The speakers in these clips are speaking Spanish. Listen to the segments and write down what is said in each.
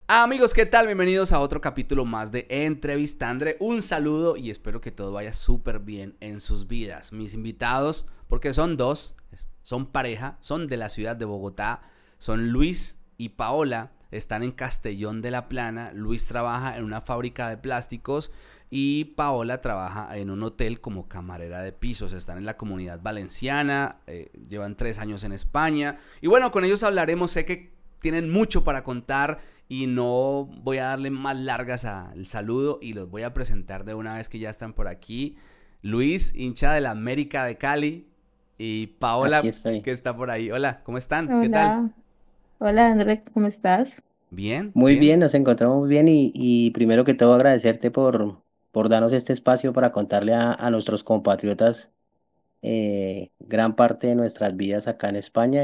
Amigos, ¿qué tal? Bienvenidos a otro capítulo más de Entrevistandre. Un saludo y espero que todo vaya súper bien en sus vidas. Mis invitados, porque son dos, son pareja, son de la ciudad de Bogotá, son Luis y Paola, están en Castellón de la Plana. Luis trabaja en una fábrica de plásticos y Paola trabaja en un hotel como camarera de pisos. Están en la Comunidad Valenciana, llevan 3 años en España. Y bueno, con ellos hablaremos, sé que tienen mucho para contar y no voy a darle más largas al saludo y los voy a presentar de una vez que ya están por aquí. Luis, hincha de la América de Cali, y Aquí Paola, que estoy. está por ahí. Hola, ¿cómo están? ¿Qué tal? Hola, hola André, ¿cómo estás? Bien, Muy bien. bien, nos encontramos muy bien y primero que todo agradecerte por darnos este espacio para contarle a nuestros compatriotas gran parte de nuestras vidas acá en España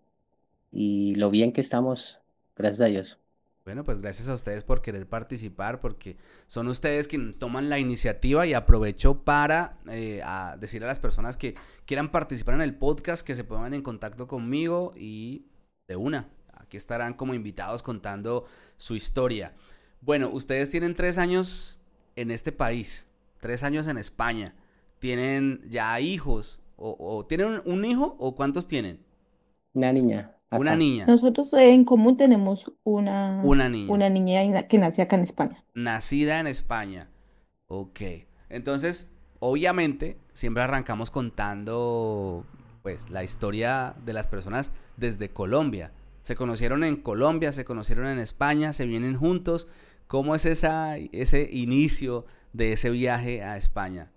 y lo bien que estamos, gracias a Dios. Bueno, pues gracias a ustedes por querer participar, porque son ustedes quienes toman la iniciativa y aprovecho para decir a las personas que quieran participar en el podcast que se pongan en contacto conmigo y de una, aquí estarán como invitados contando su historia. Bueno, ustedes tienen 3 años en este país, 3 años en España, tienen ya hijos o tienen un hijo o ¿cuántos tienen? Una niña Una acá. niña, Nosotros en común tenemos una, una niña. una niña que nace acá en España. Nacida en España. Ok. Entonces, obviamente, siempre arrancamos contando pues la historia de las personas desde Colombia. Se conocieron en Colombia, se conocieron en España, se vienen juntos. ¿Cómo es ese inicio de ese viaje a España?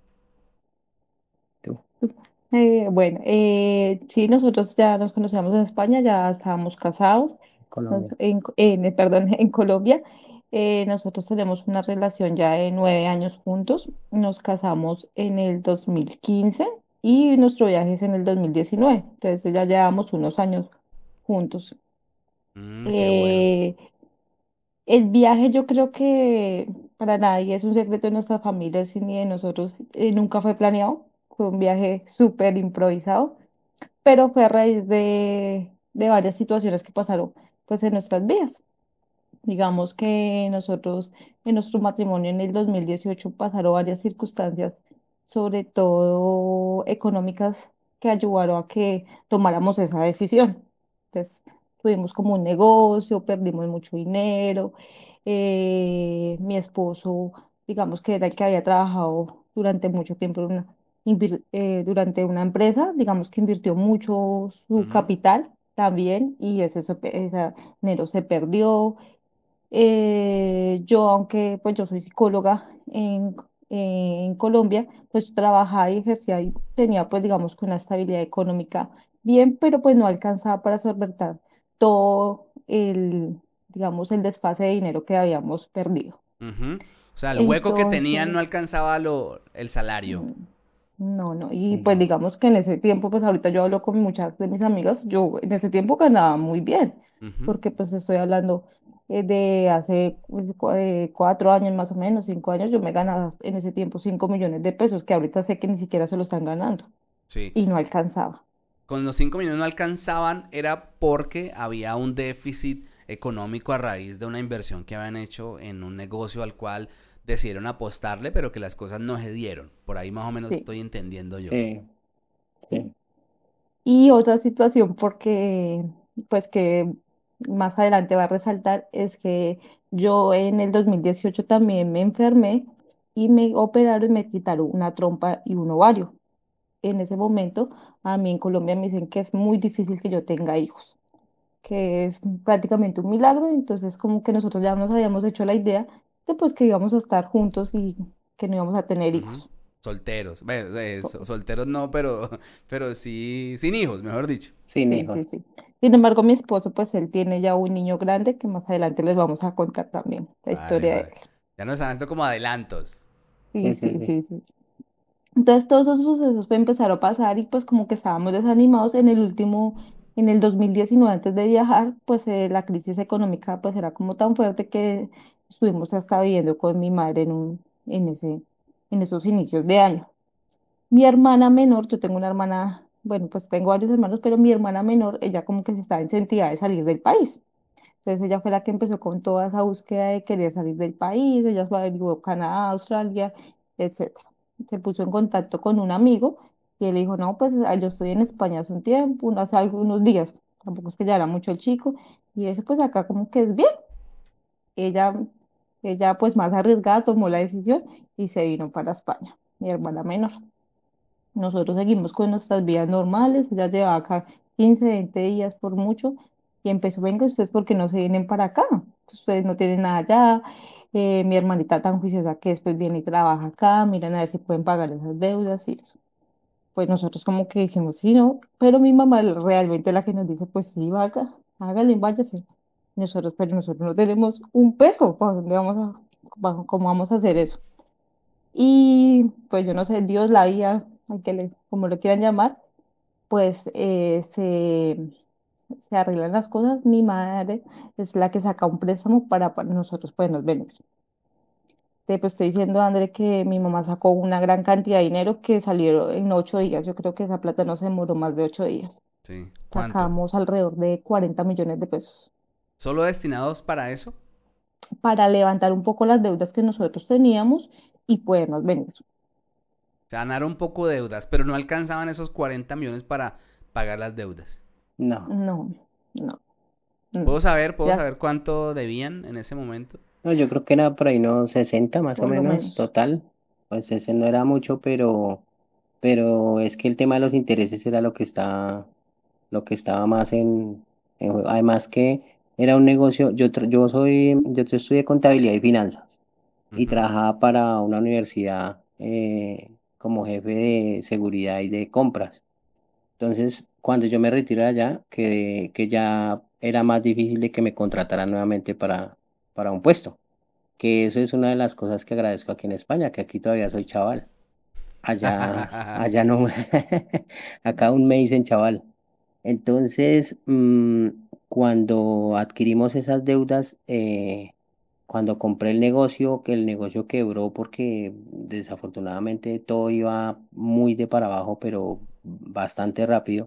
Tú, Bueno, sí, nosotros ya nos conocíamos en España, ya estábamos casados, Colombia. perdón, en Colombia. Nosotros tenemos una relación ya de 9 años juntos. Nos casamos en el 2015 y nuestro viaje es en el 2019. Entonces ya llevamos unos años juntos. Qué bueno. Eh, El viaje yo creo que para nadie es un secreto de nuestra familia ni de nosotros. Nunca fue planeado, fue un viaje súper improvisado, pero fue a raíz de varias situaciones que pasaron pues en nuestras vidas. Digamos que nosotros en nuestro matrimonio en el 2018 pasaron varias circunstancias, sobre todo económicas, que ayudaron a que tomáramos esa decisión. Entonces, tuvimos como un negocio, perdimos mucho dinero. Mi esposo, digamos que era el que había trabajado durante mucho tiempo durante una empresa, digamos que invirtió mucho su Ujú, capital también y ese dinero se perdió. Yo, aunque pues yo soy psicóloga en Colombia, pues trabajaba y ejercía y tenía pues digamos que una estabilidad económica bien, pero pues no alcanzaba para solventar todo digamos, el desfase de dinero que habíamos perdido. ujú. O sea, el hueco que tenían no Entonces, alcanzaba el salario. mm, no, no, y pues Ujú. digamos que en ese tiempo, pues ahorita yo hablo con muchas de mis amigas, yo en ese tiempo ganaba muy bien, Ujú. porque pues estoy hablando de hace 4 años más o menos, 5 años, yo me ganaba en ese tiempo 5 millones de pesos, que ahorita sé que ni siquiera se lo están ganando, Sí. y no alcanzaba. Con los 5 millones no alcanzaban era porque había un déficit económico a raíz de una inversión que habían hecho en un negocio al cual decidieron apostarle, pero que las cosas no se dieron. Por ahí más o menos Sí. estoy entendiendo yo. Sí, sí. Y otra situación, porque pues que más adelante va a resaltar, es que yo en el 2018 también me enfermé y me operaron y me quitaron una trompa y un ovario. En ese momento, a mí en Colombia me dicen que es muy difícil que yo tenga hijos, que es prácticamente un milagro, entonces como que nosotros ya nos habíamos hecho la idea de pues que íbamos a estar juntos y que no íbamos a tener Ujú. hijos. Solteros. Bueno, So- solteros no, pero sí sin hijos, mejor dicho. Sin Sí, hijos. sí, sí. Sin embargo, mi esposo, pues él tiene ya un niño grande que más adelante les vamos a contar también la Vale, historia de él. vale. Ya nos están haciendo como adelantos. Sí, Sí, sí, sí, sí. sí, sí. Entonces todos esos sucesos pues, empezaron a pasar y pues como que estábamos desanimados en el 2019 antes de viajar, pues la crisis económica pues era como tan fuerte que estuvimos hasta viviendo con mi madre en esos inicios de año. Mi hermana menor, yo tengo una hermana, bueno, pues tengo varios hermanos, pero mi hermana menor, ella como que se estaba incentivada de salir del país. Entonces ella fue la que empezó con toda esa búsqueda de querer salir del país, ella fue averiguó Canadá, Australia, etcétera. Se puso en contacto con un amigo y él le dijo, no, pues yo estoy en España hace un tiempo, hace algunos días, tampoco es que ya era mucho el chico, y eso pues acá como que es bien. Ella, ella pues más arriesgada tomó la decisión y se vino para España, mi hermana menor. Nosotros seguimos con nuestras vidas normales, ella llevaba acá 15 20 días por mucho y empezó, venga, ustedes porque no se vienen para acá, ustedes no tienen nada allá, mi hermanita tan juiciosa que después viene y trabaja acá, miran a ver si pueden pagar esas deudas y eso. Pues nosotros como que decimos sí, no, pero mi mamá es realmente la que nos dice, pues sí, vaga, hágale, váyase. Nosotros, pero nosotros no tenemos un peso, ¿para dónde vamos cómo vamos a hacer eso? Y pues yo no sé, Dios, la vida, como lo quieran llamar, pues se arreglan las cosas. Mi madre es la que saca un préstamo para nosotros podernos venir. Pues estoy diciendo, André, que mi mamá sacó una gran cantidad de dinero que salió en 8 días. Yo creo que esa plata no se demoró más de 8 días. Sí. ¿Cuánto? Sacamos alrededor de 40 millones de pesos ¿Solo destinados para eso? para levantar un poco las deudas que nosotros teníamos y podernos venir. Ganar un poco de deudas, pero no alcanzaban esos 40 millones para pagar las deudas. No, No, no, no. ¿Puedo Ya saber cuánto debían en ese momento? no, yo creo que era por ahí unos 60 más o por lo menos menos. total. Pues ese no era mucho, pero es que el tema de los intereses era lo que estaba más en juego. Además que era un negocio, yo estudié contabilidad y finanzas y Ujú. trabajaba para una universidad como jefe de seguridad y de compras. Entonces, cuando yo me retiré de allá, que ya era más difícil de que me contrataran nuevamente para un puesto, que eso es una de las cosas que agradezco aquí en España, que aquí todavía soy chaval. Allá no, acá aún me dicen chaval. Entonces, cuando adquirimos esas deudas, cuando compré el negocio, que el negocio quebró porque desafortunadamente todo iba muy de para abajo, pero bastante rápido,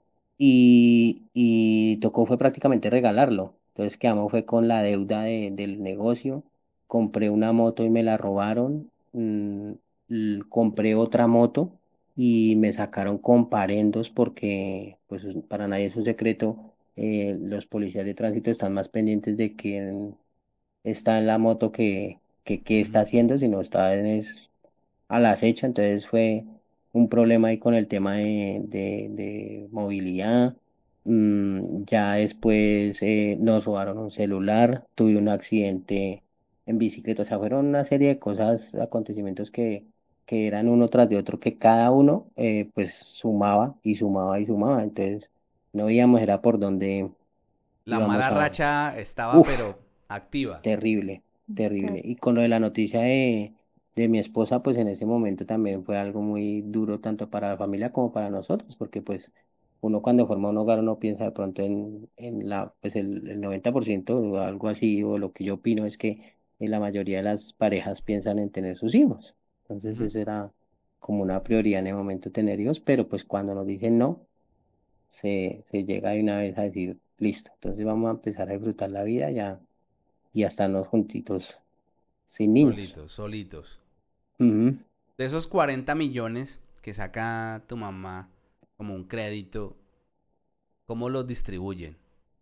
y tocó fue prácticamente regalarlo. Entonces quedamos fue con la deuda del negocio, compré una moto y me la robaron, compré otra moto y me sacaron comparendos porque pues para nadie es un secreto, los policías de tránsito están más pendientes de quién está en la moto que qué está Ujú. haciendo, sino está al acecho, entonces fue un problema ahí con el tema de movilidad. Ya después nos robaron un celular, tuve un accidente en bicicleta, o sea, fueron una serie de cosas, acontecimientos que eran uno tras de otro, que cada uno pues sumaba y sumaba y sumaba, entonces no veíamos era por dónde La mala íbamos a... racha estaba, Uf, pero activa. terrible, terrible. Ok. Y con lo de la noticia de mi esposa, pues en ese momento también fue algo muy duro tanto para la familia como para nosotros, porque pues uno cuando forma un hogar uno piensa de pronto en pues el 90% o algo así, o lo que yo opino es que la mayoría de las parejas piensan en tener sus hijos. Entonces Ujú. eso era como una prioridad en el momento tener hijos, pero pues cuando nos dicen no, se llega de una vez a decir, listo, entonces vamos a empezar a disfrutar la vida ya y a estarnos juntitos sin niños. Solitos, solitos. Ujú. De esos 40 millones que saca tu mamá como un crédito, ¿cómo los distribuyen?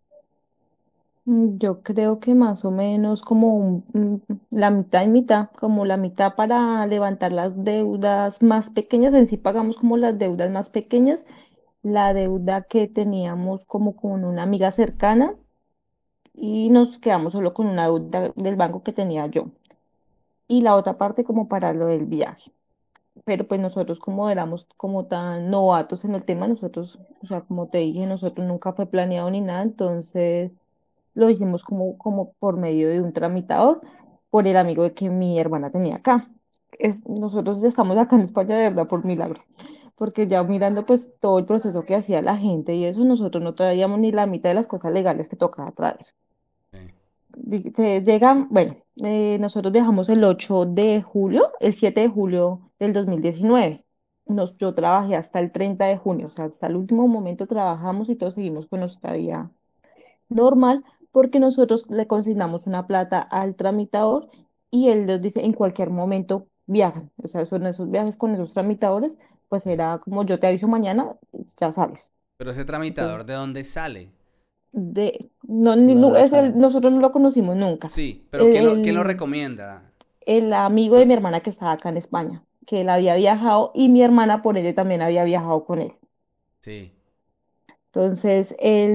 Yo creo que más o menos como la mitad y mitad, como la mitad para levantar las deudas más pequeñas, en sí pagamos como las deudas más pequeñas, la deuda que teníamos como con una amiga cercana y nos quedamos solo con una deuda del banco que tenía yo y la otra parte como para lo del viaje. Pero pues nosotros como éramos como tan novatos en el tema, nosotros, o sea, como te dije, nosotros nunca fue planeado ni nada, entonces lo hicimos como por medio de un tramitador, por el amigo de que mi hermana tenía acá. Nosotros ya estamos acá en España de verdad por milagro, porque ya mirando pues todo el proceso que hacía la gente y eso, nosotros no traíamos ni la mitad de las cosas legales que tocaba traer. Sí. Se llegan, bueno, nosotros viajamos el 8 de julio, el 7 de julio del 2019. Yo trabajé hasta el 30 de junio, o sea, hasta el último momento trabajamos y todos seguimos con nuestra vida normal, porque nosotros le consignamos una plata al tramitador y él nos dice en cualquier momento viajan. O sea, son esos viajes con esos tramitadores, pues Sí. era como yo te aviso mañana, ya sales. Pero ese Entonces, tramitador, ¿de dónde sale? no, No lo saben. nosotros no lo conocimos nunca. Sí, pero El, quién lo el, recomienda? el amigo de mi hermana que estaba acá en España, que él había viajado y mi hermana por ende también había viajado con él. Sí. Entonces,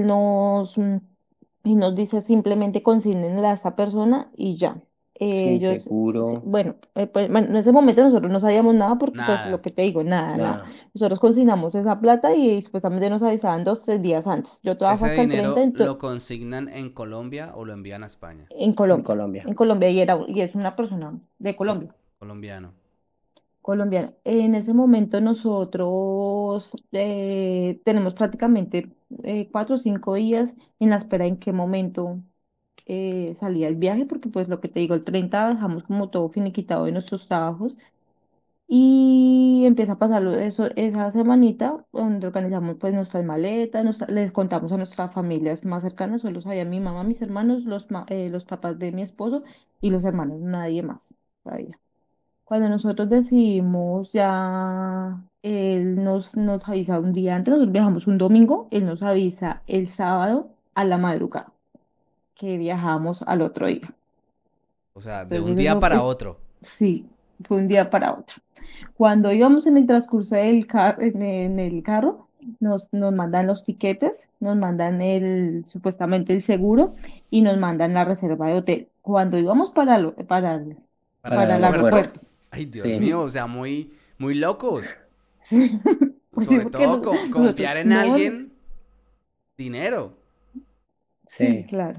y nos dice simplemente consígnenle a esta persona y ya. Sin Ellos, sí, seguro, bueno, bueno, en ese momento nosotros no sabíamos nada porque pues lo Nada. que te digo, nada, nada. nada. Nosotros consignamos esa plata y supuestamente nos avisaban 2, 3 días antes. Yo trabajo ¿Ese hasta el 30 dinero lo consignan en Colombia o lo envían a España? En Colombia. En Colombia y es una persona de Co- Colombia. colombiano. Colombiana. En ese momento nosotros tenemos prácticamente 4 o 5 días en la espera en qué momento salía el viaje, porque pues lo que te digo, el 30 dejamos como todo finiquitado de nuestros trabajos y empieza a pasar eso, esa semanita donde organizamos pues nuestras maletas, les contamos a nuestras familias más cercanas, solo sabía mi mamá, mis hermanos, los papás de mi esposo y los hermanos, nadie más sabía. Cuando nosotros decidimos ya, él nos avisa un día antes, nosotros viajamos un domingo, él nos avisa el sábado a la madrugada que viajamos al otro día. O sea, de un Entonces día eso para otro. sí, fue un día para otro. Cuando íbamos en el transcurso en el carro, nos mandan los tiquetes, nos mandan supuestamente el seguro y nos mandan la reserva de hotel. Cuando íbamos ¿Para el Para el para el aeropuerto. aeropuerto. Ay, Dios Sí, mío, o sea, muy, muy locos. Sí, pues sí, Sobre porque todo nosotros, confiar en no, alguien, dinero. sí, sí. claro.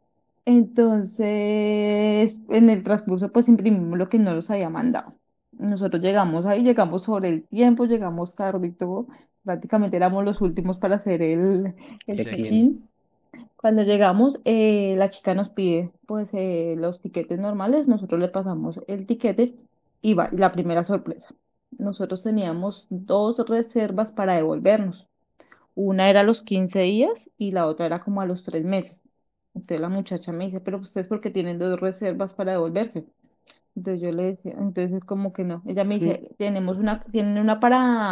Entonces, en el transcurso, pues imprimimos lo que no nos había mandado. Nosotros llegamos ahí, llegamos sobre el tiempo, llegamos tarde y todo. Prácticamente éramos los últimos para hacer el Check-in. Check-in. check-in. Cuando llegamos, la chica nos pide pues los tiquetes normales, nosotros le pasamos el tiquete y va, la primera sorpresa. Nosotros teníamos 2 reservas para devolvernos. Una era a los 15 días y la otra era como a los 3 meses. Entonces la muchacha me dice, pero ustedes porque tienen 2 reservas para devolverse. Entonces yo le decía, entonces como que no. Ella me Mm. dice, tienen una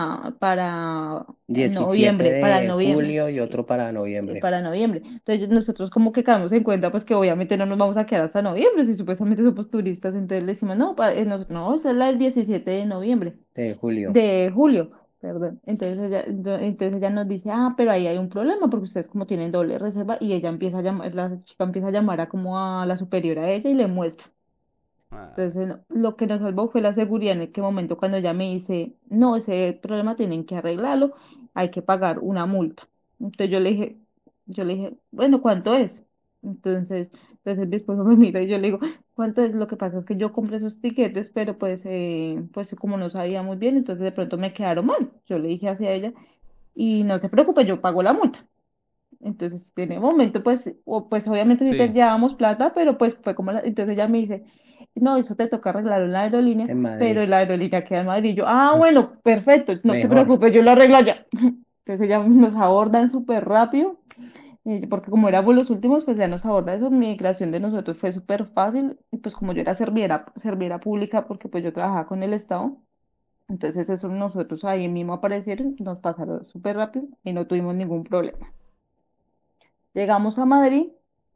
para 17 noviembre, para el de noviembre julio y otro para noviembre. para noviembre. Entonces nosotros como que quedamos en cuenta pues que obviamente no nos vamos a quedar hasta noviembre si supuestamente somos turistas. Entonces le decimos, no, no, esa es la del 17 de noviembre, De julio. de julio, perdón. Entonces ella nos dice, ah, pero ahí hay un problema porque ustedes como tienen doble reserva y ella empieza a llamar, la chica empieza a llamar a como a la superior a ella y le muestra. Ah, Entonces, no, lo que nos salvó fue la seguridad en aquel momento cuando ella me dice, no, ese problema tienen que arreglarlo, hay que pagar una multa. Entonces yo le dije, bueno, ¿cuánto es? Entonces mi esposo me mira y yo le digo, ¿cuánto es? Lo que pasa es que yo compré esos tiquetes, pero pues como no sabía muy bien, entonces de pronto me quedaron mal. Yo le dije hacia ella, y no se preocupe, yo pago la multa. Entonces, tiene momento, pues, pues obviamente sí te sí, llevábamos plata, pero pues fue como entonces ella me dice, no, eso te toca arreglar en la aerolínea, En pero Madrid. la aerolínea queda en Madrid. Y yo, ah, bueno, perfecto, no te Mejor. preocupes, yo lo arreglo allá. Entonces ella nos abordan súper rápido, porque como éramos los últimos, pues ya nos aborda eso. Migración de nosotros fue súper fácil, y pues como yo era serviera pública, porque pues yo trabajaba con el Estado, entonces eso nosotros ahí mismo aparecieron, nos pasaron súper rápido y no tuvimos ningún problema. Llegamos a Madrid.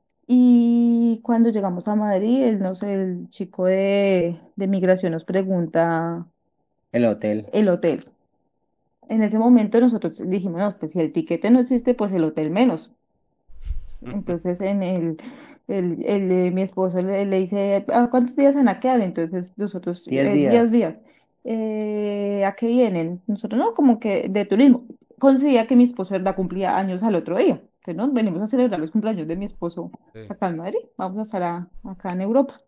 Y cuando llegamos a Madrid, el chico de migración nos pregunta El hotel. el hotel. En ese momento nosotros dijimos, no, pues si el tiquete no existe, pues el hotel menos. Entonces mi esposo le dice, ¿a cuántos días van a quedar? Entonces nosotros, 10 10 días. días. ¿A qué vienen? Nosotros no, como que de turismo. Coincidía que mi esposo, ¿verdad? Cumplía años al otro día. Entonces nos venimos a celebrar los cumpleaños de mi esposo sí. acá en Madrid. Vamos a estar acá en Europa.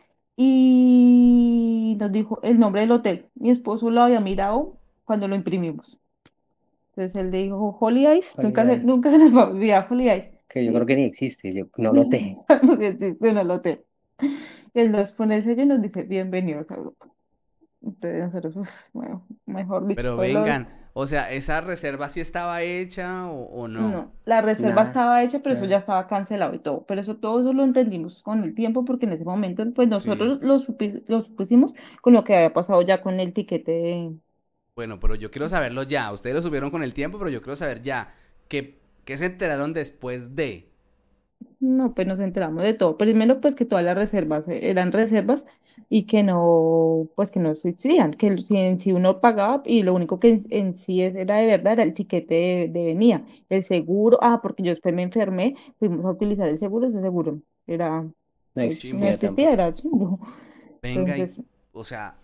Y nos dijo el nombre del hotel. Mi esposo lo había mirado cuando lo imprimimos. Entonces él le dijo Holy Ice, Holiday. nunca se nos va a olvidar Holy Ice. Que yo creo Y que ni existe. Yo no lo tengo. en el hotel. Él nos pone el sello y nos dice bienvenidos a Europa. Entonces nosotros, bueno, mejor dicho, Pero pues lo, vengan, o sea, ¿esa reserva sí estaba hecha o no? no, la reserva Nada, estaba hecha, pero eso ya nada. estaba cancelado y todo. Pero eso todo eso lo entendimos con el tiempo, porque en ese momento, pues Sí. nosotros lo supusimos con lo que había pasado ya con el tiquete de... Bueno, pero yo quiero saberlo ya. Ustedes lo subieron con el tiempo, pero yo quiero saber ya. ¿Qué se enteraron después de? No, pues nos enteramos de todo. Primero, pues que todas las reservas eran reservas y que no, pues que no existían, que si en sí uno pagaba y lo único que en sí era de verdad era el tiquete de venida. El seguro, porque yo después me enfermé, fuimos a utilizar el seguro, ese seguro era, No pues no Chimbo. existía existía, tampoco. era chimbo. Venga, Entonces, o sea,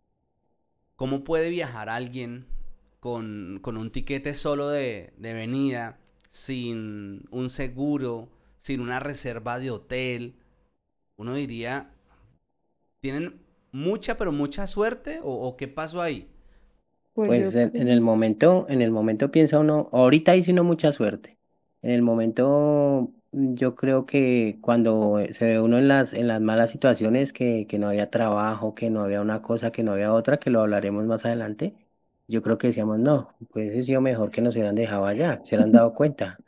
¿cómo puede viajar alguien con un tiquete solo de venida, sin un seguro, sin una reserva de hotel? Uno diría, ¿tienen mucha, pero mucha suerte? ¿O qué pasó ahí? pues Pues yo en el momento piensa uno, ahorita hice uno mucha suerte. En el momento, yo creo que cuando se ve uno en las malas situaciones, que no había trabajo, que no había una cosa, que no había otra, que lo hablaremos más adelante, yo creo que decíamos, no, pues hubiese sido mejor que nos hubieran dejado allá, se hubieran dado cuenta.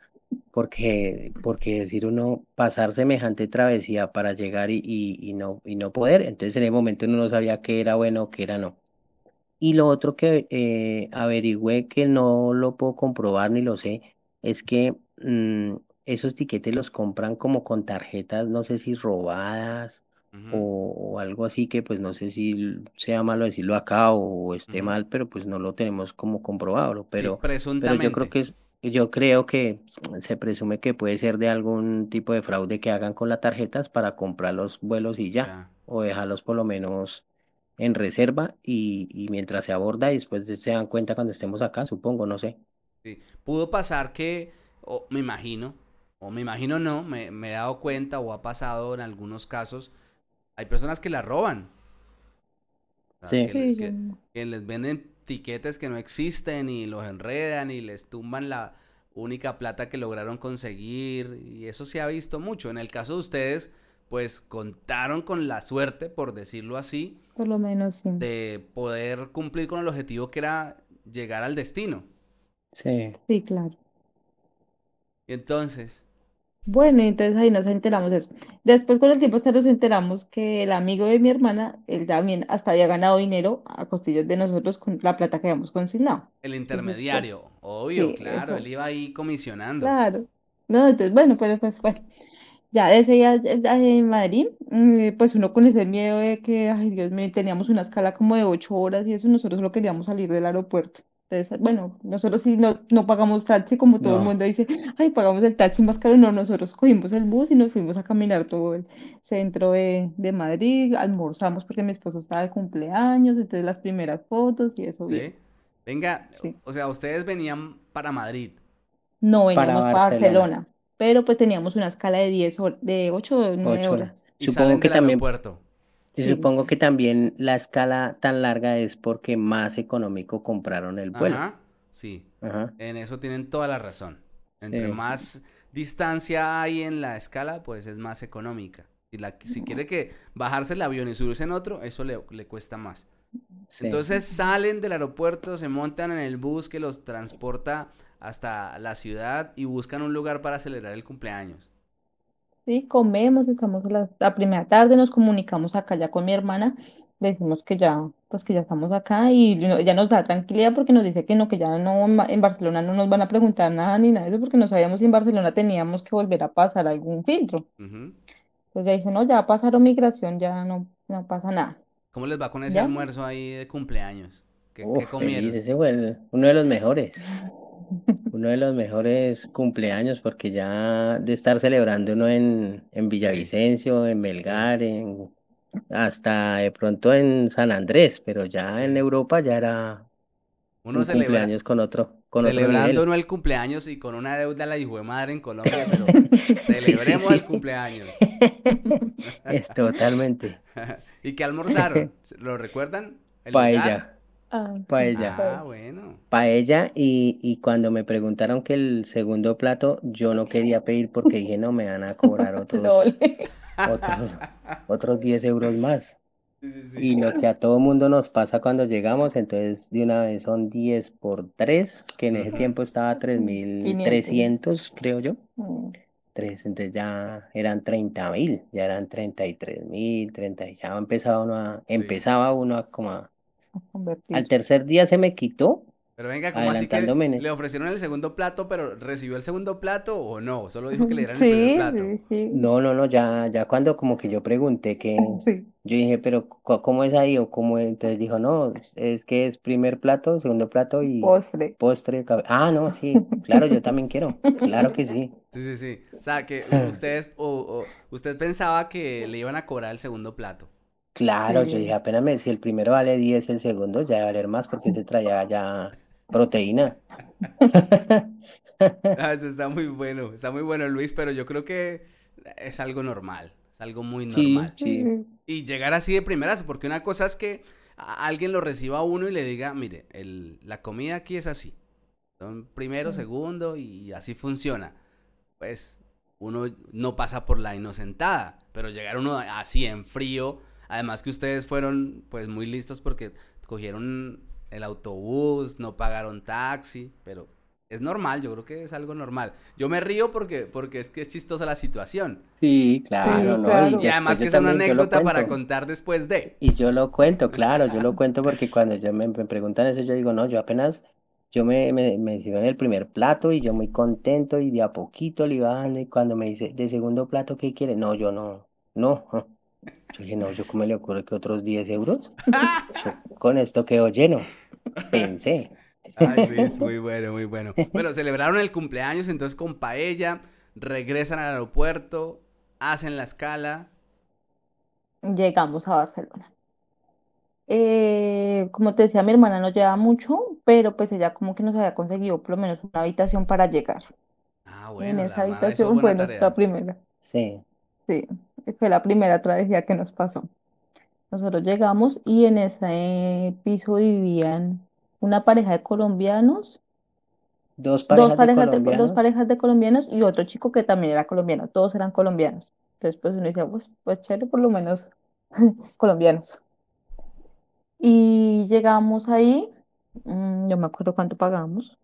Porque decir uno, pasar semejante travesía para llegar y no poder, entonces en el momento uno no sabía qué era bueno, qué era no. Y lo otro que averigüé, que no lo puedo comprobar ni lo sé, es que esos tiquetes los compran como con tarjetas, no sé si robadas Ujú, o algo así, que pues no sé si sea malo decirlo acá o esté ujú. mal, pero pues no lo tenemos como comprobado. Sí, Pero yo creo presuntamente. que yo creo que se presume que puede ser de algún tipo de fraude que hagan con las tarjetas para comprar los vuelos y ya, Ya. o dejarlos por lo menos en reserva y mientras se aborda y después se dan cuenta cuando estemos acá, supongo, no sé. Sí. Pudo pasar que, o me imagino no, me he dado cuenta o ha pasado en algunos casos, hay personas que la roban, o sea, Sí, sí, que les venden tiquetes que no existen y los enredan y les tumban la única plata que lograron conseguir y eso se ha visto mucho. En el caso de ustedes, pues contaron con la suerte, por decirlo así, por lo menos sí. de poder cumplir con el objetivo que era llegar al destino. sí, Sí, claro. Y entonces, Bueno, y entonces ahí nos enteramos de eso. Después con el tiempo nos enteramos que el amigo de mi hermana, él también hasta había ganado dinero a costillas de nosotros con la plata que habíamos consignado. el Entonces, pues, intermediario, obvio, sí, claro, él eso, iba ahí comisionando. claro. No, entonces, bueno, pero pues, bueno, ya ese día en Madrid, pues uno con ese miedo de que, ay Dios mío, teníamos una escala como de 8 horas y eso, nosotros solo queríamos salir del aeropuerto. Entonces, bueno, nosotros sí no pagamos taxi como todo el no, mundo dice, ay, pagamos el taxi más caro. No, nosotros cogimos el bus y nos fuimos a caminar todo el centro de Madrid, almorzamos porque mi esposo estaba de cumpleaños, entonces las primeras fotos y eso bien, ¿Sí? Venga, sí. o sea, ustedes venían para Madrid. No para veníamos para Barcelona, Barcelona, pero pues teníamos una escala de 10 horas, de 8 o 9 8 horas. horas. Y salen del aeropuerto. Sí. Supongo que también la escala tan larga es porque más económico compraron el vuelo. Ajá, sí. Ajá, En eso tienen toda la razón. Entre sí, más distancia hay en la escala, pues es más económica. Si quiere que bajarse el avión y subirse en otro, eso le cuesta más. sí. Entonces salen del aeropuerto, se montan en el bus que los transporta hasta la ciudad y buscan un lugar para celebrar el cumpleaños. Sí, comemos, estamos a la primera tarde, nos comunicamos acá ya con mi hermana, le decimos que ya, pues que ya estamos acá y ella nos da tranquilidad porque nos dice que no, que ya no, en Barcelona no nos van a preguntar nada ni nada de eso porque no sabíamos si en Barcelona teníamos que volver a pasar algún filtro. Ujú. Pues ya dice, no, ya pasaron migración, ya no pasa nada. ¿Cómo les va con ese ¿Ya? almuerzo ahí de cumpleaños? ¿Qué Feliz, comieron? ese fue uno de los mejores. Uno de los mejores cumpleaños porque ya de estar celebrando uno en Sí, Villavicencio, en sí, Melgar, hasta de pronto en San Andrés, pero ya en sí. Europa ya era Uno un cumpleaños con otro celebrando nivel. uno el cumpleaños y con una deuda a la hijo de madre en Colombia, pero Sí, sí, celebremos el sí. cumpleaños. Es totalmente. ¿Y qué almorzaron? ¿Lo recuerdan? ¿El lugar? Paella, Ah, sí, paella. Ah, pues. bueno. Paella y cuando me preguntaron que el segundo plato, yo no quería pedir porque dije, no, me van a cobrar LOL. otros, otros 10 euros más. Sí, sí, sí. Y lo que a todo mundo nos pasa cuando llegamos, entonces de una vez son 10 por 3 que en ese Ujú. tiempo estaba tres mil 500. trescientos creo yo. Mm, Tres, entonces ya eran 30.000, ya eran 33.000, 30, ya Sí. empezaba uno a como a al convertir. tercer día se me quitó, Pero venga, ¿cómo así que adelantándome le ofrecieron el segundo plato, pero recibió el segundo plato o no? Solo dijo que le dieran el primer Sí, plato. sí, sí. No, no, no, ya cuando como que yo pregunté que, Sí. yo dije, pero ¿cómo es ahí o cómo es? Entonces dijo, no, es que es primer plato, segundo plato y Postre. postre. Ah, no, sí, claro, yo también quiero, claro que sí. Sí, sí, sí. O sea, que ustedes, usted pensaba que le iban a cobrar el segundo plato. Claro, yo dije, Sí. apenas si el primero vale 10 el segundo ya debe valer más porque se traía ya proteína. Ah, eso está muy bueno, Luis, pero yo creo que es algo normal, es algo muy Sí, normal. sí. Sí. Y llegar así de primeras, porque una cosa es que alguien lo reciba a uno y le diga, mire, la comida aquí es así. Son primero, segundo y así funciona. Pues uno no pasa por la inocentada, pero llegar uno así en frío, además que ustedes fueron pues muy listos porque cogieron el autobús, no pagaron taxi, pero es normal, yo creo que es algo normal. Yo me río porque es que es chistosa la situación. Sí, claro, Sí, ¿no? Y Y claro. después además que yo es una también, yo lo anécdota para cuento. contar después de. Y yo lo cuento, claro, yo lo cuento porque cuando me preguntan eso, yo digo, no, yo apenas, me sirven el primer plato y yo muy contento y de a poquito le iba dando y cuando me dice, de segundo plato, ¿qué quiere? No, yo no, no. Yo dije, no, ¿yo cómo le ocurre que otros 10 euros? Yo con esto quedo lleno, pensé. Ay, Luis, muy bueno, muy bueno. Bueno, celebraron el cumpleaños entonces con paella, regresan al aeropuerto, hacen la escala. Llegamos a Barcelona. Como te decía, mi hermana no lleva mucho, pero pues ella como que nos había conseguido por lo menos una habitación para llegar. Ah, En bueno, la esa hermana hizo habitación buena fue nuestra tarea. primera. Sí, Sí, fue la primera travesía que nos pasó. Nosotros llegamos y en ese piso vivían una pareja de colombianos, dos parejas de dos colombianos. parejas de colombianos y otro chico que también era colombiano. Todos eran colombianos. Entonces, pues uno decía, pues chévere, por lo menos colombianos. Y llegamos ahí, yo me acuerdo cuánto pagamos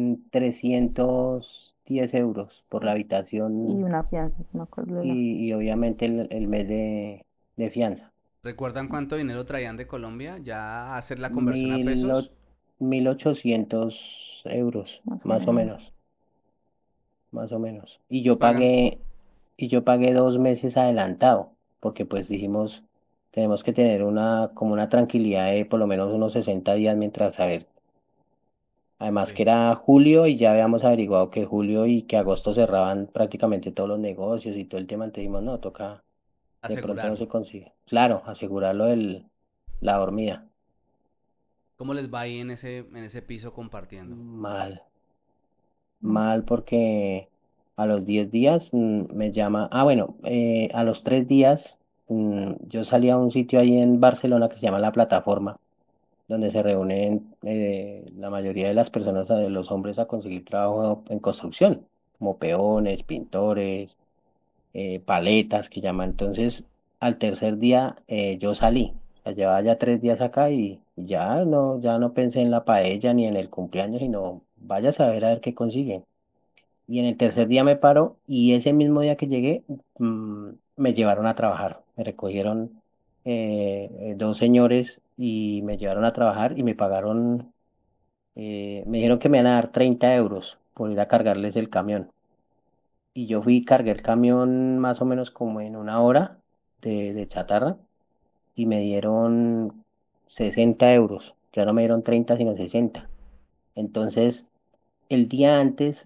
310 euros por la y habitación una fianza, no me acuerdo de la. y obviamente el mes de fianza. ¿Recuerdan cuánto dinero traían de Colombia? Ya hacer la conversión a Mil, pesos. 1.800 euros, Más o más o menos. menos, más o menos. Pues pagan. Y yo pagué 2 meses adelantado, porque pues dijimos, tenemos que tener como una tranquilidad de por lo menos unos 60 días mientras saber. Además que Sí, era julio y ya habíamos averiguado que julio y que agosto cerraban prácticamente todos los negocios y todo el tema, entonces dijimos, no, toca, de pronto no se asegurarlo. consigue. Claro, asegurarlo la dormida. ¿Cómo les va ahí en ese piso compartiendo? Mal. Mm. Mal porque a los 10 días me llama, bueno, a los 3 días yo salí a un sitio ahí en Barcelona que se llama La Plataforma, donde se reúnen la mayoría de las personas, de los hombres, a conseguir trabajo en construcción, como peones, pintores, paletas que llaman. Entonces, al tercer día yo salí, o sea, llevaba ya 3 días acá y ya no pensé en la paella ni en el cumpleaños, sino vaya a ver qué consiguen. Y en el tercer día me paro y ese mismo día que llegué me llevaron a trabajar. Me recogieron dos señores y me llevaron a trabajar y me pagaron, me dijeron que me iban a dar 30 euros por ir a cargarles el camión. Y yo fui y cargué el camión más o menos como en una hora de chatarra y me dieron 60 euros. Ya no me dieron 30 sino 60. Entonces el día antes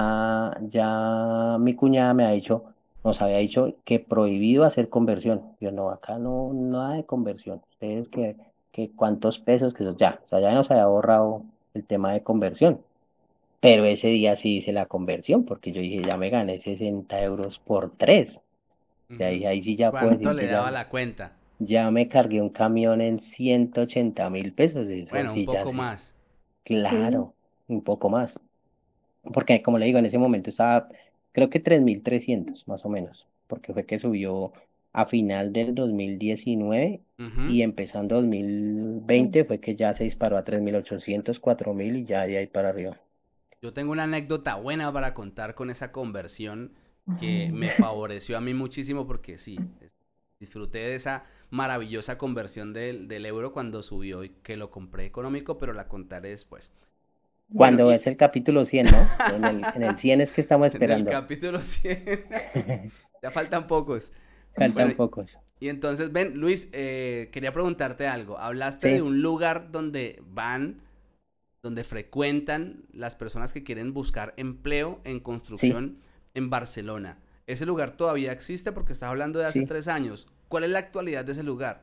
ya mi cuñada nos había dicho que prohibido hacer conversión. Yo no, acá no, nada de conversión. Ustedes que cuántos pesos, que eso ya, o sea, ya nos había borrado el tema de conversión. Pero ese día sí hice la conversión porque yo dije, ya me gané 60 euros por tres. Y Ujú. ahí sí ya puedo ¿Cuánto decir le que daba la cuenta? ya me cargué un camión en 180.000 pesos. Eso Bueno, un sí, ya poco sí. más. Sí. Claro, un poco más. Porque, como le digo, en ese momento estaba, creo que 3.300 más o menos, porque fue que subió. a final del 2019 Ujú. y empezando 2020 Mm. fue que ya se disparó a 3.800 4.000 y ya de ahí para arriba. Yo tengo una anécdota buena para contar con esa conversión que me favoreció a mí muchísimo porque sí, disfruté de esa maravillosa conversión del euro cuando subió y que lo compré económico, pero la contaré después. Bueno, Cuando y es el capítulo 100, ¿no? En el 100 es que estamos en el esperando. capítulo 100 ya faltan pocos. Bueno, Faltan pocos. y entonces, ven, Luis, quería preguntarte algo. Hablaste de Sí, un lugar donde van, donde frecuentan las personas que quieren buscar empleo en sí, construcción en Barcelona. ¿Ese lugar todavía existe? Porque estás hablando de hace sí. 3 años. ¿Cuál es la actualidad de ese lugar?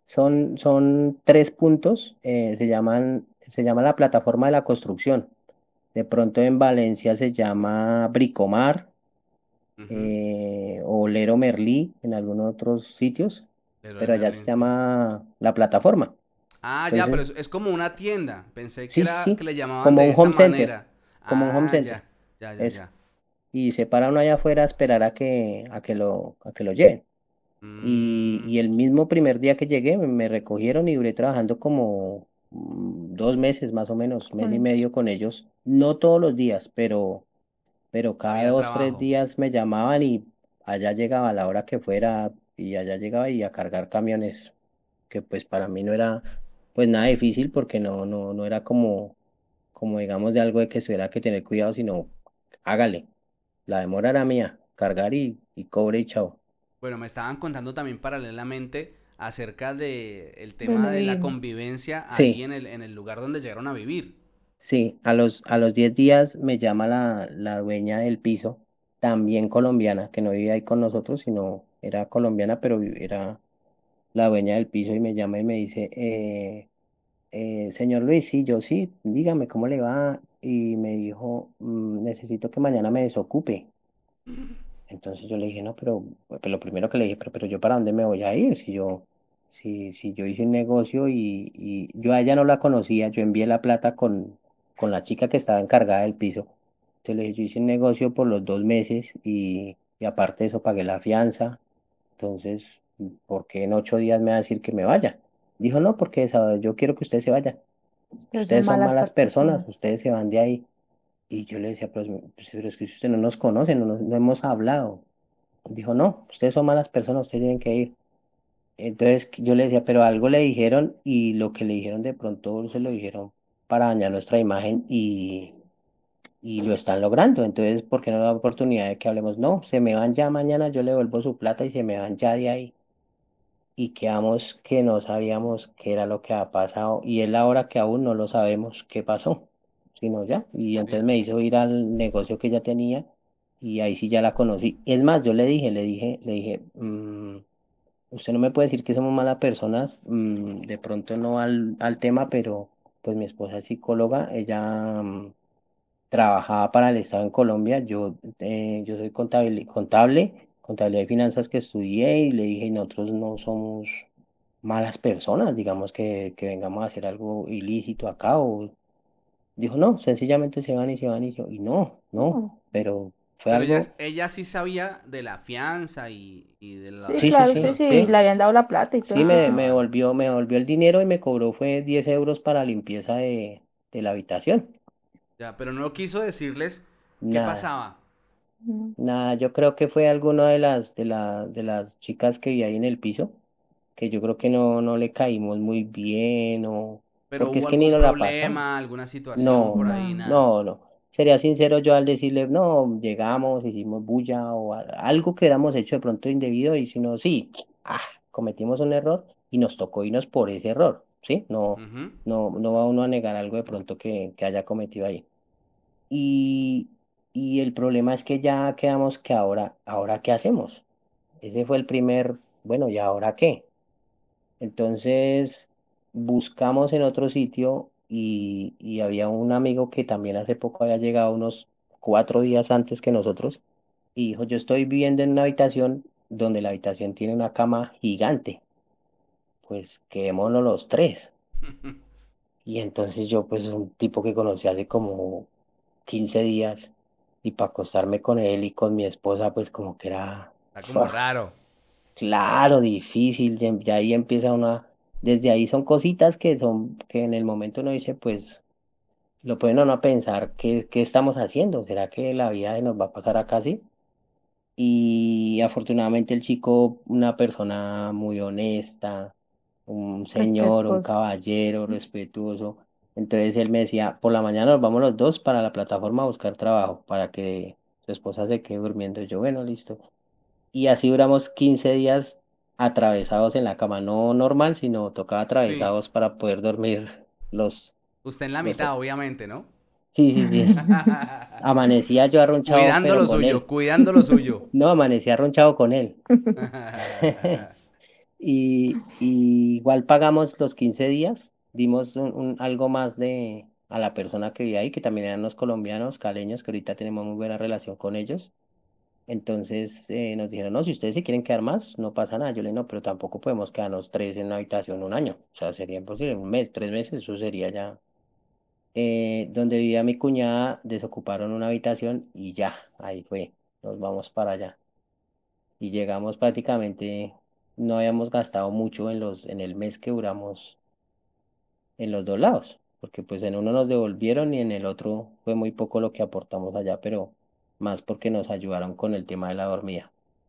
Son 3 puntos. Se llama la plataforma de la construcción. De pronto en Valencia se llama Bricomar, Ujú. o Lero Merlí en algunos otros sitios, Pero de pero allá se Merlín, sí. llama la plataforma. Ah, ya, pero Entonces, es como una tienda. Pensé que sí, sí, era que sí, le llamaban como de un esa home center, manera. como un home Ah, center, ya, ya, ya, eso. ya. Y se para uno allá afuera a esperar a que lo lleven. Mm, Y el mismo primer día que llegué me recogieron y duré trabajando como 2 meses más o menos, mes y Mm. medio con ellos. No todos los días, pero cada había 2, 3 trabajo. días me llamaban y allá llegaba a la hora que fuera y allá llegaba y a cargar camiones, que pues para mí no era pues nada difícil porque no era como digamos de algo de que se hubiera que tener cuidado, sino hágale, la demora era mía, cargar y cobre y chao. Bueno, me estaban contando también paralelamente acerca de el tema ¿Dónde de la Mm. vivimos? convivencia ahí Sí, en el lugar donde llegaron a vivir. sí, a los 10 días me llama la dueña del piso, también colombiana, que no vivía ahí con nosotros, sino era colombiana, pero era la dueña del piso y me llama y me dice, señor Luis, sí, yo sí, dígame cómo le va. Y me dijo, necesito que mañana me desocupe. Entonces yo le dije, no, pero lo primero que le dije, pero yo para dónde me voy a ir si yo hice un negocio y yo a ella no la conocía, yo envié la plata con la chica que estaba encargada del piso. Entonces le dije, yo hice un negocio por los 2 meses y aparte de eso pagué la fianza. Entonces, ¿por qué en 8 días me va a decir que me vaya? Dijo, no, porque yo quiero que usted se vaya. Pero son Ustedes son malas malas personas, personas. ustedes se van de ahí. Y yo le decía, pero es que usted no nos conoce, no hemos hablado. Dijo, no, ustedes son malas personas, ustedes tienen que ir. Entonces yo le decía, pero algo le dijeron y lo que le dijeron de pronto se lo dijeron para dañar nuestra imagen y lo están logrando. Entonces, ¿por qué no da oportunidad de que hablemos? No, se me van ya mañana, yo le devuelvo su plata y se me van ya de ahí. Y quedamos que no sabíamos qué era lo que ha pasado y es la hora que aún no lo sabemos qué pasó, sino ya. Y Sí. entonces me hizo ir al negocio que ella tenía y ahí sí ya la conocí. Es más, yo le dije, usted no me puede decir que somos malas personas, de pronto no al tema, pero pues mi esposa es psicóloga, ella trabajaba para el Estado en Colombia, yo soy contabilidad y finanzas que estudié y le dije, nosotros no somos malas personas, digamos que vengamos a hacer algo ilícito acá o dijo, no, sencillamente se van y se van y no, no, No. pero fue Pero ella, algo, ella sí sabía de la fianza y Sí, sí, sí, claro, de sí, sí, los sí, le sí. pagos. habían dado la plata y todo Sí, eso, me, Ah, sí. me vale. volvió, me volvió el dinero y me cobró fue 10 euros para limpieza de la habitación. Ya, pero no quiso decirles qué Nada, pasaba. Mm. nada, yo creo que fue alguna de las chicas que vi ahí en el piso, que yo creo que no le caímos muy bien o Pero porque es hubo que ni algún nos la pasamos. problema, alguna situación por No, ahí, No. nada. no, no. Sería sincero yo al decirle, no, llegamos, hicimos bulla o algo que hubiéramos hecho de pronto indebido y si no, sí, ah, cometimos un error y nos tocó irnos por ese error, ¿sí? No, Ujú. no va uno a negar algo de pronto que haya cometido ahí. Y, y el problema es que ya quedamos que ahora ¿qué hacemos? Ese fue el primer, bueno, ¿y ahora qué? Entonces buscamos en otro sitio y había un amigo que también hace poco había llegado unos 4 días antes que nosotros y dijo, yo estoy viviendo en una habitación donde la habitación tiene una cama gigante, pues quedémonos los tres. Y entonces yo pues un tipo que conocí hace como 15 días y para acostarme con él y con mi esposa pues como que era... Está como raro. Claro, difícil, ya ahí empieza una, desde ahí son cositas que en el momento uno dice, pues, lo pueden uno a pensar, ¿qué estamos haciendo? ¿Será que la vida nos va a pasar acá así? Y afortunadamente el chico, una persona muy honesta, un señor, un Respetuoso. caballero, respetuoso. Entonces él me decía, por la mañana nos vamos los dos para la plataforma a buscar trabajo, para que su esposa se quede durmiendo. Y yo, bueno, listo. Y así duramos 15 días atravesados en la cama, no normal, sino tocaba Sí. atravesados para poder dormir los, Usted en la los... mitad, obviamente, ¿no? Sí, sí, sí. Amanecía yo arrunchado, Cuidando pero lo con suyo, él. cuidando lo suyo. No, amanecía arrunchado con él. Y igual pagamos los 15 días, dimos algo más a la persona que vivía ahí, que también eran los colombianos, caleños, que ahorita tenemos muy buena relación con ellos. Entonces nos dijeron, no, si ustedes se quieren quedar más, no pasa nada. Yo le dije, no, pero tampoco podemos quedarnos tres en una habitación un año. O sea, sería imposible, un mes, 3 meses, eso sería ya. Donde vivía mi cuñada, desocuparon una habitación y ya, ahí fue, nos vamos para allá. Y llegamos prácticamente, no habíamos gastado mucho en el mes que duramos en los dos lados, porque pues en uno nos devolvieron y en el otro fue muy poco lo que aportamos allá, pero más porque nos ayudaron con el tema de la dormida.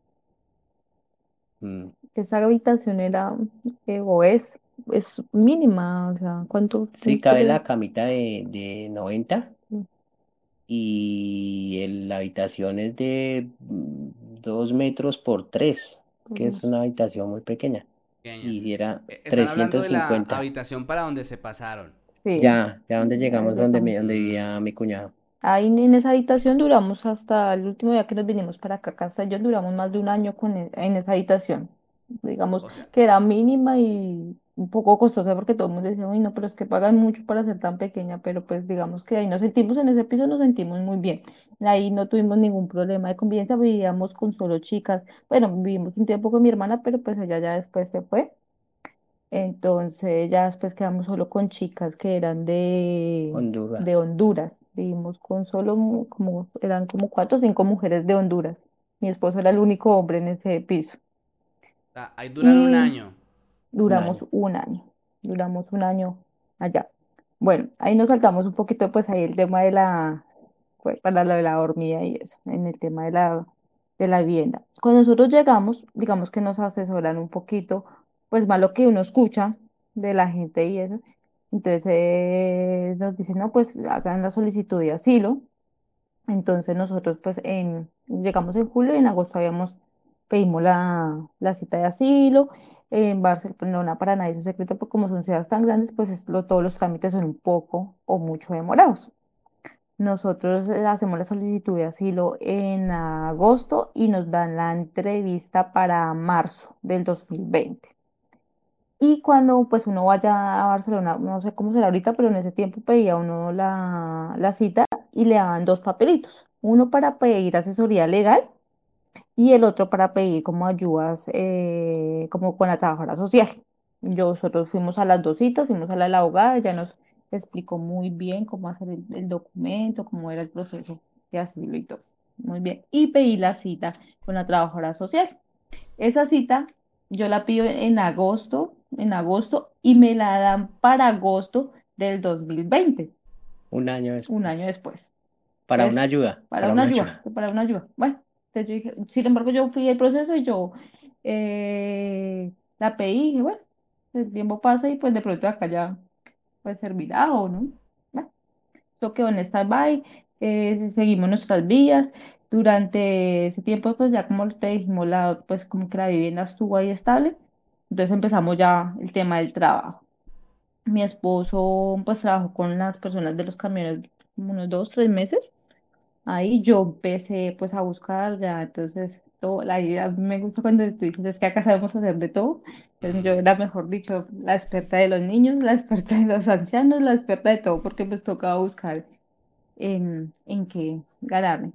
Mm. Esa habitación era, o es mínima, o sea, ¿cuánto Sí, cabe ustedes? la camita de 90 y la habitación es de 2 metros por 3, que es una habitación muy pequeña, Pequeña. y era Están hablando de la 350. habitación para donde se pasaron. Sí, Ya donde ya llegamos llegamos. donde vivía Mm, mi cuñado. Ahí en esa habitación duramos hasta el último día que nos vinimos para acá, Castellón, duramos más de un año en esa habitación. Digamos o sea, que era mínima y un poco costosa porque todo el mundo decía, uy, no, pero es que pagan mucho para ser tan pequeña, pero pues digamos que ahí nos sentimos, en ese piso nos sentimos muy bien. Ahí no tuvimos ningún problema de convivencia, vivíamos con solo chicas. Bueno, vivimos un tiempo con mi hermana, pero pues ella ya después se fue. Entonces ya después quedamos solo con chicas que eran Honduras. de Honduras. Vivimos con solo como, eran como 4 o 5 mujeres de Honduras. Mi esposo era el único hombre en ese piso. ahí duran un Y año. Un año. duramos un año allá. Bueno, ahí nos saltamos un poquito, pues ahí el tema de pues, para lo de la dormida y eso, en el tema de la vivienda. Cuando nosotros llegamos, digamos que nos asesoran un poquito, pues más lo que uno escucha de la gente y eso. Entonces nos dicen, no, pues hagan la solicitud de asilo. Entonces nosotros pues llegamos en julio y en agosto pedimos la cita de asilo. En Barcelona para nadie es un secreto, porque como son ciudades tan grandes, pues todos los trámites son un poco o mucho demorados. Nosotros hacemos la solicitud de asilo en agosto y nos dan la entrevista para marzo del 2020. Y cuando pues uno vaya a Barcelona, no sé cómo será ahorita, pero en ese tiempo pedía uno la cita y le daban dos papelitos, uno para pedir asesoría legal y el otro para pedir como ayudas como con la trabajadora social. Nosotros fuimos a las dos citas, fuimos a la de la abogada, ella nos explicó muy bien cómo hacer el documento, cómo era el proceso de asilo y todo. Muy bien. Y pedí la cita con la trabajadora social. Esa cita yo la pido en agosto, y me la dan para agosto del 2020, Un año un después. año después. Para una Entonces, ayuda. para Para una una ayuda, ayuda. para una ayuda. Bueno, entonces yo dije, sin embargo, yo fui el proceso y yo la pedí y dije, bueno, el tiempo pasa y pues de pronto acá ya pues servirá o no. Bueno, eso quedó en stand-by, seguimos nuestras vidas. Durante ese tiempo, pues ya como te dijimos, pues como que la vivienda estuvo ahí estable. Entonces empezamos ya el tema del trabajo. Mi esposo pues trabajó con las personas de los camiones como unos 2, 3 meses. Ahí yo empecé pues a buscar ya, entonces todo, la idea, me gusta cuando tú dices, es que acá sabemos hacer de todo. Entonces, yo Mm. era, mejor dicho, la experta de los niños, la experta de los ancianos, la experta de todo, porque pues tocaba buscar en qué ganarme.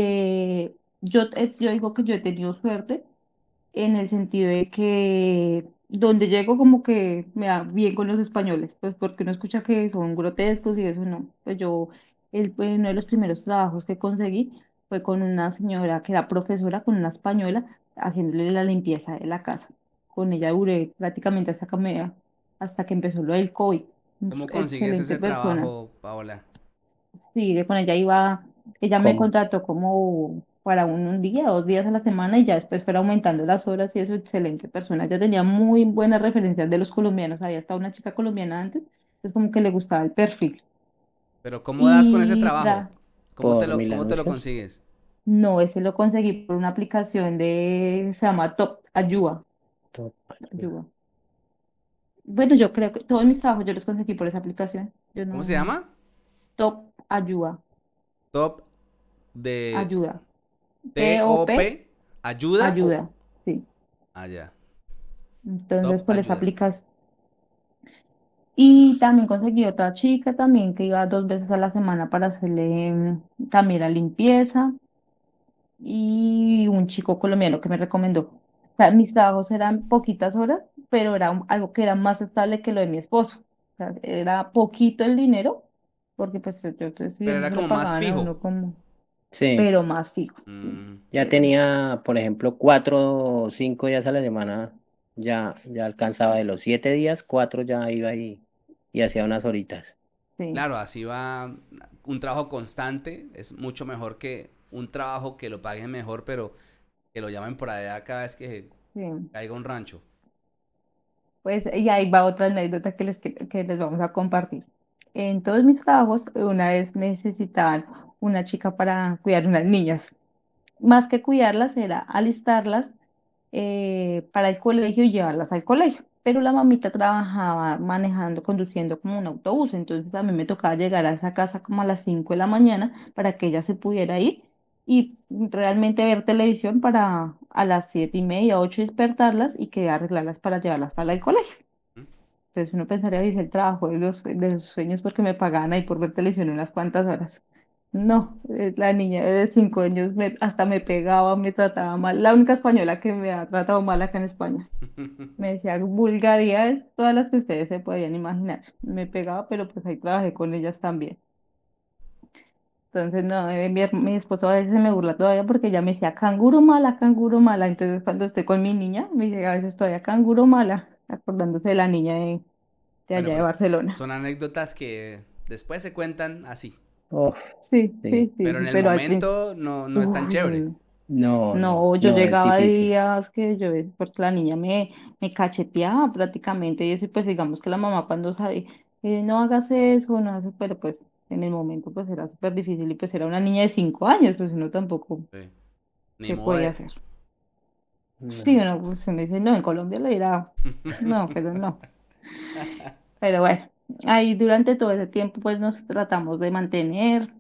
Yo digo que yo he tenido suerte en el sentido de que donde llego como que me da bien con los españoles, pues porque uno escucha que son grotescos y eso no. Pues uno de los primeros trabajos que conseguí fue con una señora que era profesora, con una española. haciéndole la limpieza de la casa. Con ella duré prácticamente hasta que empezó lo del COVID. ¿Cómo consigues Excelente ese persona. trabajo, Paola? Sí, con ella iba, ella me ¿Cómo? contrató como para un día, 2 días a la semana y ya después fuera aumentando las horas y eso, excelente persona. Ella tenía muy buenas referencias de los colombianos, había estado una chica colombiana antes, entonces como que le gustaba el perfil. Pero ¿cómo das con ese Y trabajo? ¿Por Cómo te lo Milanuncios? consigues? no, ese lo conseguí por una aplicación se llama Top Ayuda. Top. Ayuda. Bueno, yo creo que todos mis trabajos yo los conseguí por esa aplicación. Yo ¿Cómo se no, llama? Top Ayuda, Top de Ayuda. TOP TOP, ayuda o Ayuda, sí. allá. Entonces Top por esa ayuda. aplicación. Y también conseguí otra chica también que iba 2 veces a la semana para hacerle también la limpieza y un chico colombiano que me recomendó. O sea, mis trabajos eran poquitas horas, pero era algo que era más estable que lo de mi esposo. O sea, era poquito el dinero, porque pues yo te Pero estudiando era se como lo más pagaban a fijo. uno como, Sí, pero más fijo. Sí, Mm, ya tenía, por ejemplo, 4 o 5 días a la semana, ya alcanzaba de los 7 días, 4 ya iba y hacía unas horitas. sí, claro, así va. Un trabajo constante es mucho mejor que un trabajo que lo paguen mejor, pero que lo llamen por allá cada vez que sí. caiga un rancho. Pues, y ahí va otra anécdota que les vamos a compartir. En todos mis trabajos, una vez necesitaban una chica para cuidar unas niñas. Más que cuidarlas, era alistarlas para el colegio y llevarlas al colegio. Pero la mamita trabajaba manejando, conduciendo como un autobús. Entonces a mí me tocaba llegar a esa casa como a las 5 de la mañana para que ella se pudiera ir y realmente ver televisión para a las 7:30, 8 despertarlas y que arreglarlas para llevarlas para el colegio. ¿Mm? Entonces uno pensaría, dice, el trabajo de los sueños porque me pagaban ahí por ver televisión unas cuantas horas. No, la niña de 5 años hasta me pegaba, me trataba mal. La única española que me ha tratado mal acá en España. Me decía vulgaridades, todas las que ustedes se podían imaginar. Me pegaba, pero pues ahí trabajé con ellas también. Entonces, no, mi esposo a veces me burla todavía porque ella me decía canguro mala, canguro mala. Entonces, cuando estoy con mi niña, me dice a veces todavía canguro mala, acordándose de la niña de Bueno, allá de pero Barcelona. son anécdotas que después se cuentan así. Uf, Sí, sí. sí, sí, Pero sí, en el pero al principio. momento no es tan Uy, chévere. No, no, no, yo no, es llegaba difícil. días que yo, porque la niña me cacheteaba prácticamente y eso, y pues digamos que la mamá cuando sabe, no hagas eso, no hagas, pero pues en el momento pues era súper difícil y pues era una niña de 5 años, pues uno tampoco, Sí. Ni ¿qué modo podía de... hacer? Sí, No. uno, pues, uno dice, no, en Colombia lo dirá, no, pero no. Pero bueno, ahí durante todo ese tiempo pues nos tratamos de mantener.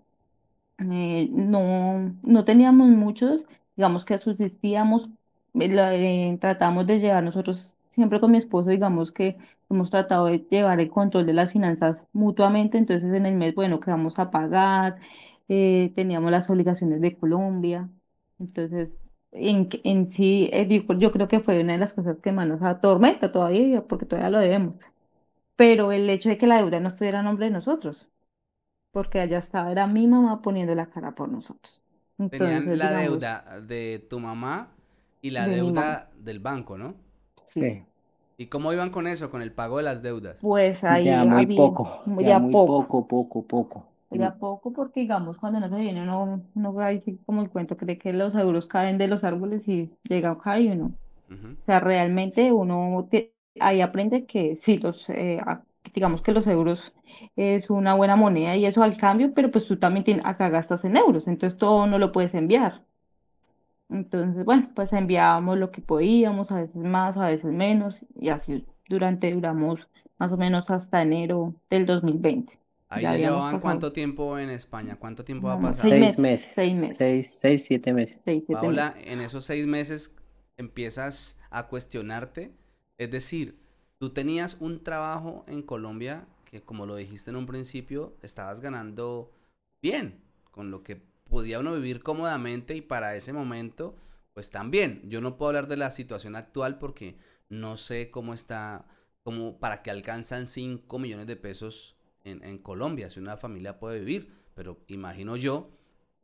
No teníamos muchos, digamos que subsistíamos, tratamos de llevar nosotros siempre con mi esposo, digamos que hemos tratado de llevar el control de las finanzas mutuamente, entonces en el mes, bueno, que vamos a pagar, teníamos las obligaciones de Colombia, entonces en sí, yo creo que fue una de las cosas que más nos atormenta todavía, porque todavía lo debemos, pero el hecho de que la deuda no estuviera a nombre de nosotros porque allá estaba, era mi mamá poniendo la cara por nosotros. Tenían Entonces, la digamos, deuda de tu mamá y la de mi mamá, deuda del banco, ¿no? sí. Sí. ¿Y cómo iban con eso, con el pago de las deudas? Pues ahí Ya muy había, ya ya muy poco, poco, poco, poco. ya poco, porque digamos, cuando no se viene, uno va ahí sí como el cuento, cree que los euros caen de los árboles y llega acá y uno. Ujú. O sea, realmente ahí aprende que sí, digamos que los euros es una buena moneda y eso al cambio, pero pues tú también acá gastas en euros, entonces todo no lo puedes enviar. Entonces, bueno, pues enviábamos lo que podíamos, a veces más, a veces menos, y así duramos más o menos hasta enero del 2020. Ahí Ya ya habíamos llevaban pasado cuánto tiempo en España, cuánto tiempo ha como seis pasado. Seis meses, meses, 6 meses, 7 meses. 6, 7 meses. Paola, en esos 6 meses empiezas a cuestionarte, es decir, tú tenías un trabajo en Colombia que, como lo dijiste en un principio, estabas ganando bien, con lo que podía uno vivir cómodamente y para ese momento, pues también. Yo no puedo hablar de la situación actual porque no sé cómo está, cómo, para qué alcanzan 5 millones de pesos en Colombia, si una familia puede vivir, pero imagino yo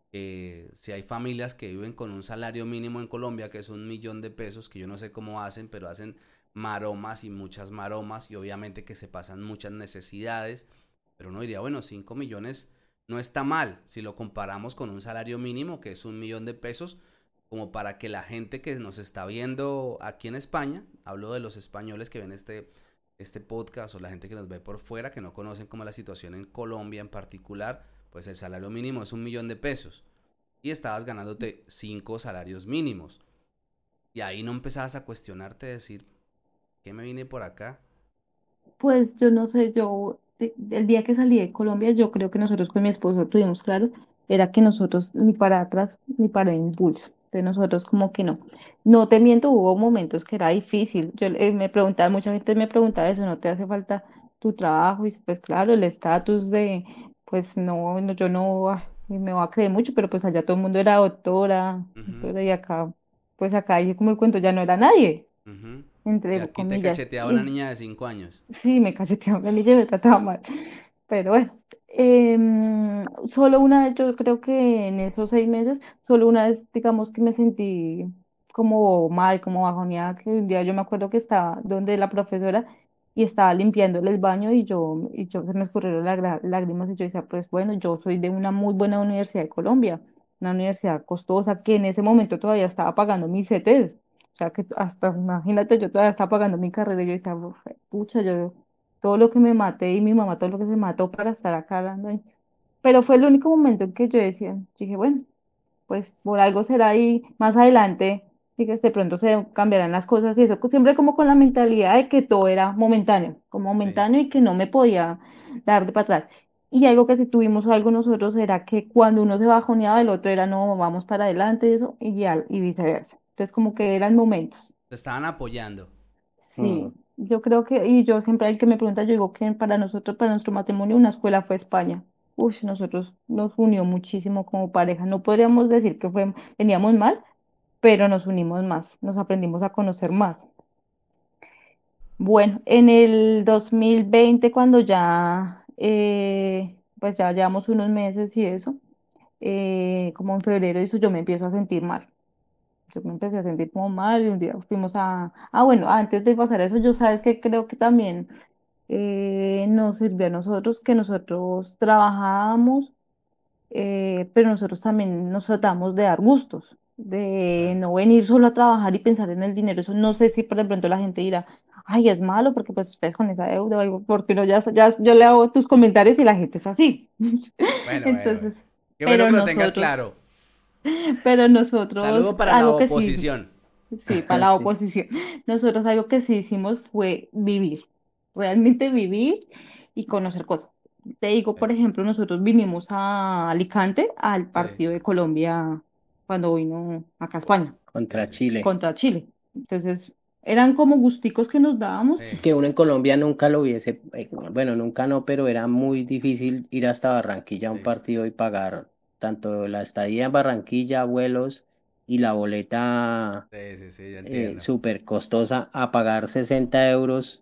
Si hay familias que viven con un salario mínimo en Colombia, que es 1 millón de pesos, que yo no sé cómo hacen, pero hacen maromas y muchas maromas y obviamente que se pasan muchas necesidades, pero uno diría, bueno, 5 millones no está mal si lo comparamos con un salario mínimo que es 1 millón de pesos, como para que la gente que nos está viendo aquí en España, hablo de los españoles que ven este podcast o la gente que nos ve por fuera, que no conocen como la situación en Colombia en particular, pues el salario mínimo es 1 millón de pesos y estabas ganándote 5 salarios mínimos. Y ahí no empezabas a cuestionarte, decir, ¿qué me vine por acá? Pues yo no sé, el día que salí de Colombia, yo creo que nosotros con mi esposo tuvimos claro, era que nosotros ni para atrás ni para impulso. De nosotros como que no. No te miento, hubo momentos que era difícil. Me preguntaba, mucha gente me preguntaba eso, ¿no te hace falta tu trabajo? Y pues claro, el estatus de, pues yo no me voy a creer mucho, pero pues allá todo el mundo era Ujú, doctora, y acá, pues acá, y como el cuento, ya no era nadie, ujú. Y entre aquí te comillas. cacheteaba una niña de 5 años. Sí, me cacheteaba a mí y me trataba mal. Pero bueno, solo una vez, yo creo que en esos 6 meses, solo una vez, digamos que me sentí como mal, como bajoneada, que un día yo me acuerdo que estaba donde la profesora y estaba limpiándole el baño y yo se me escurrieron lágrimas y yo decía, pues bueno, yo soy de una muy buena universidad de Colombia, una universidad costosa que en ese momento todavía estaba pagando mis CETES. O sea que hasta, imagínate, yo todavía estaba pagando mi carrera y yo decía, "Uf, pucha, yo todo lo que me maté y mi mamá todo lo que se mató para estar acá dando ahí". Pero fue el único momento en que yo decía, dije, bueno, pues por algo será y más adelante, y que de pronto se cambiarán las cosas y eso, siempre como con la mentalidad de que todo era momentáneo, como Sí. momentáneo y que no me podía dar de para atrás. Y algo que si tuvimos algo nosotros era que cuando uno se bajoneaba, el otro era no, vamos para adelante y eso, y viceversa. Entonces como que eran momentos. Te estaban apoyando. Mm. Sí, yo creo que, y yo siempre el que me pregunta, yo digo que para nosotros, para nuestro matrimonio, una escuela fue España. Uy, nosotros nos unió muchísimo como pareja. No podríamos decir que veníamos mal, pero nos unimos más, nos aprendimos a conocer más. Bueno, en el 2020 cuando ya, pues ya llevamos unos meses y eso, como en febrero, eso yo me empiezo a sentir mal. Yo me empecé a sentir como mal y un día fuimos bueno, antes de pasar eso, yo sabes que creo que también nos sirvió a nosotros que nosotros trabajábamos, pero nosotros también nos tratamos de dar gustos, Sí. de no venir solo a trabajar y pensar en el dinero. Eso no sé si por de pronto la gente dirá, ay, es malo porque pues ustedes con esa deuda o algo, porque no, yo le hago tus comentarios y la gente es así. Bueno, bueno, bueno. Entonces, Qué bueno pero que lo tengas nosotros, claro. pero Saludo nosotros, para la algo que sí. oposición. Sí, para la Sí. oposición. Nosotros algo que sí hicimos fue vivir, realmente vivir y conocer cosas. Te digo, Sí. por ejemplo, nosotros vinimos a Alicante al Sí, partido de Colombia cuando vino acá a España sí, Contra sí. Chile. contra Chile. Entonces, eran como gusticos que nos dábamos. Sí. Que uno en Colombia nunca lo hubiese, bueno, nunca no, pero era muy difícil ir hasta Barranquilla a un Sí, partido y pagar tanto la estadía en Barranquilla, vuelos y la boleta sí, sí, sí, yo entiendo. súper costosa a pagar 60 euros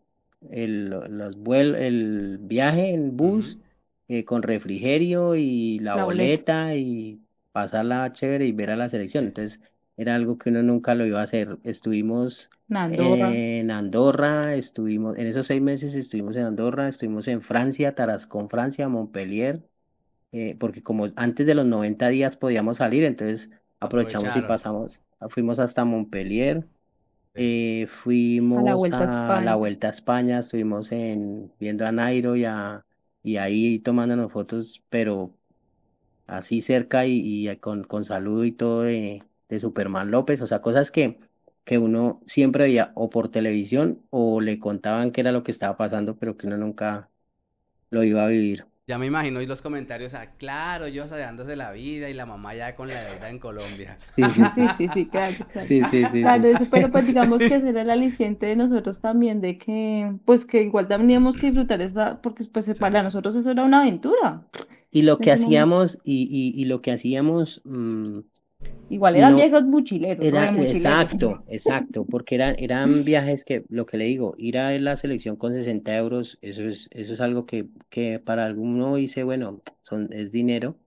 el viaje en Ujú. bus con refrigerio y la La boleta. boleta y pasarla chévere y ver a la selección. Sí. Entonces era algo que uno nunca lo iba a hacer. Estuvimos En Andorra. en Andorra, estuvimos, en esos 6 meses estuvimos en Andorra, estuvimos en Francia, Tarascón, Francia, Montpellier, porque como antes de los 90 días podíamos salir, entonces aprovechamos y Aprovecharon. pasamos, fuimos hasta Montpellier, Sí. A la fuimos Vuelta a a la España. Vuelta a España, estuvimos viendo a Nairo y ahí tomándonos fotos, pero así cerca y con saludo y todo de Superman López, o sea, cosas que uno siempre veía o por televisión o le contaban qué era lo que estaba pasando, pero que uno nunca lo iba a vivir. Ya me imagino y los comentarios, claro, yo dándose la vida y la mamá ya con la deuda en Colombia. Sí, sí, Sí, sí. sí, sí, claro, claro. Sí, sí, sí, Claro, sí. eso, pero pues digamos que ese era el aliciente de nosotros también, de que, pues que igual teníamos que disfrutar esa, porque pues Sí. para nosotros eso era una aventura. Y lo En que ese momento. hacíamos, y lo que hacíamos, Igual eran no viejos mochileros, era mochileros. exacto, exacto, porque eran viajes que, lo que le digo, ir a ver la selección con 60 euros, eso es algo que para alguno dice, bueno, es dinero,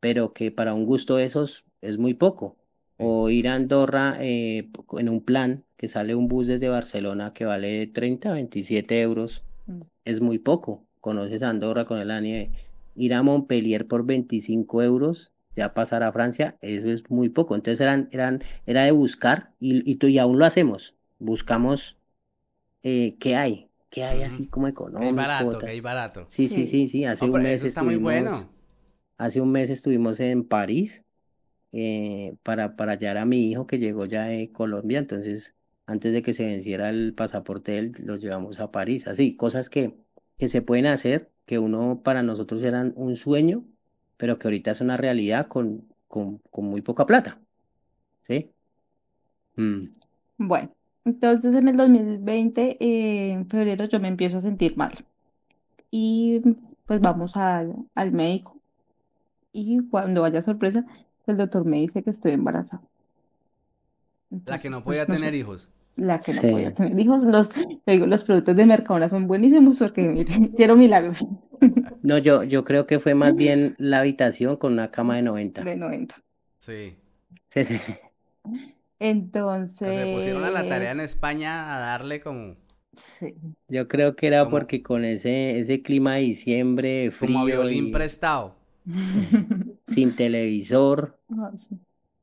pero que para un gusto de esos es muy poco. Sí. O ir a Andorra en un plan que sale un bus desde Barcelona que vale 30 27 euros, Mm. es muy poco. Conoces Andorra con la nieve. Ir a Montpellier por 25 euros, ya pasar a Francia, eso es muy poco. Entonces era de buscar y aún lo hacemos. Buscamos qué hay Ujú. así como Que hay económico. barato, que hay barato. Sí, sí, Sí. sí, sí. Hombre, eso está muy bueno. Hace un mes estuvimos en París para hallar a mi hijo que llegó ya de Colombia, entonces antes de que se venciera el pasaporte, él lo llevamos a París. Así, cosas que se pueden hacer, que uno para nosotros eran un sueño, pero que ahorita es una realidad con muy poca plata, ¿sí? Mm, Bueno, entonces en el 2020, en febrero, yo me empiezo a sentir mal. Y pues vamos al médico. Y cuando vaya sorpresa, el doctor me dice que estoy embarazada. La que Entonces, no pues podía tener nosotros, hijos. la que no podía sí. tener hijos, te digo, los productos de Mercadona son buenísimos porque, mire, quiero milagros. No, yo creo que fue más bien la habitación con una cama de 90. De 90. Sí. Sí, sí. O sea, se pusieron a la tarea Entonces, en España a darle sí. Yo creo que era como, porque con ese clima de diciembre, como a frío violín y prestado. sin televisor. Ah, sí.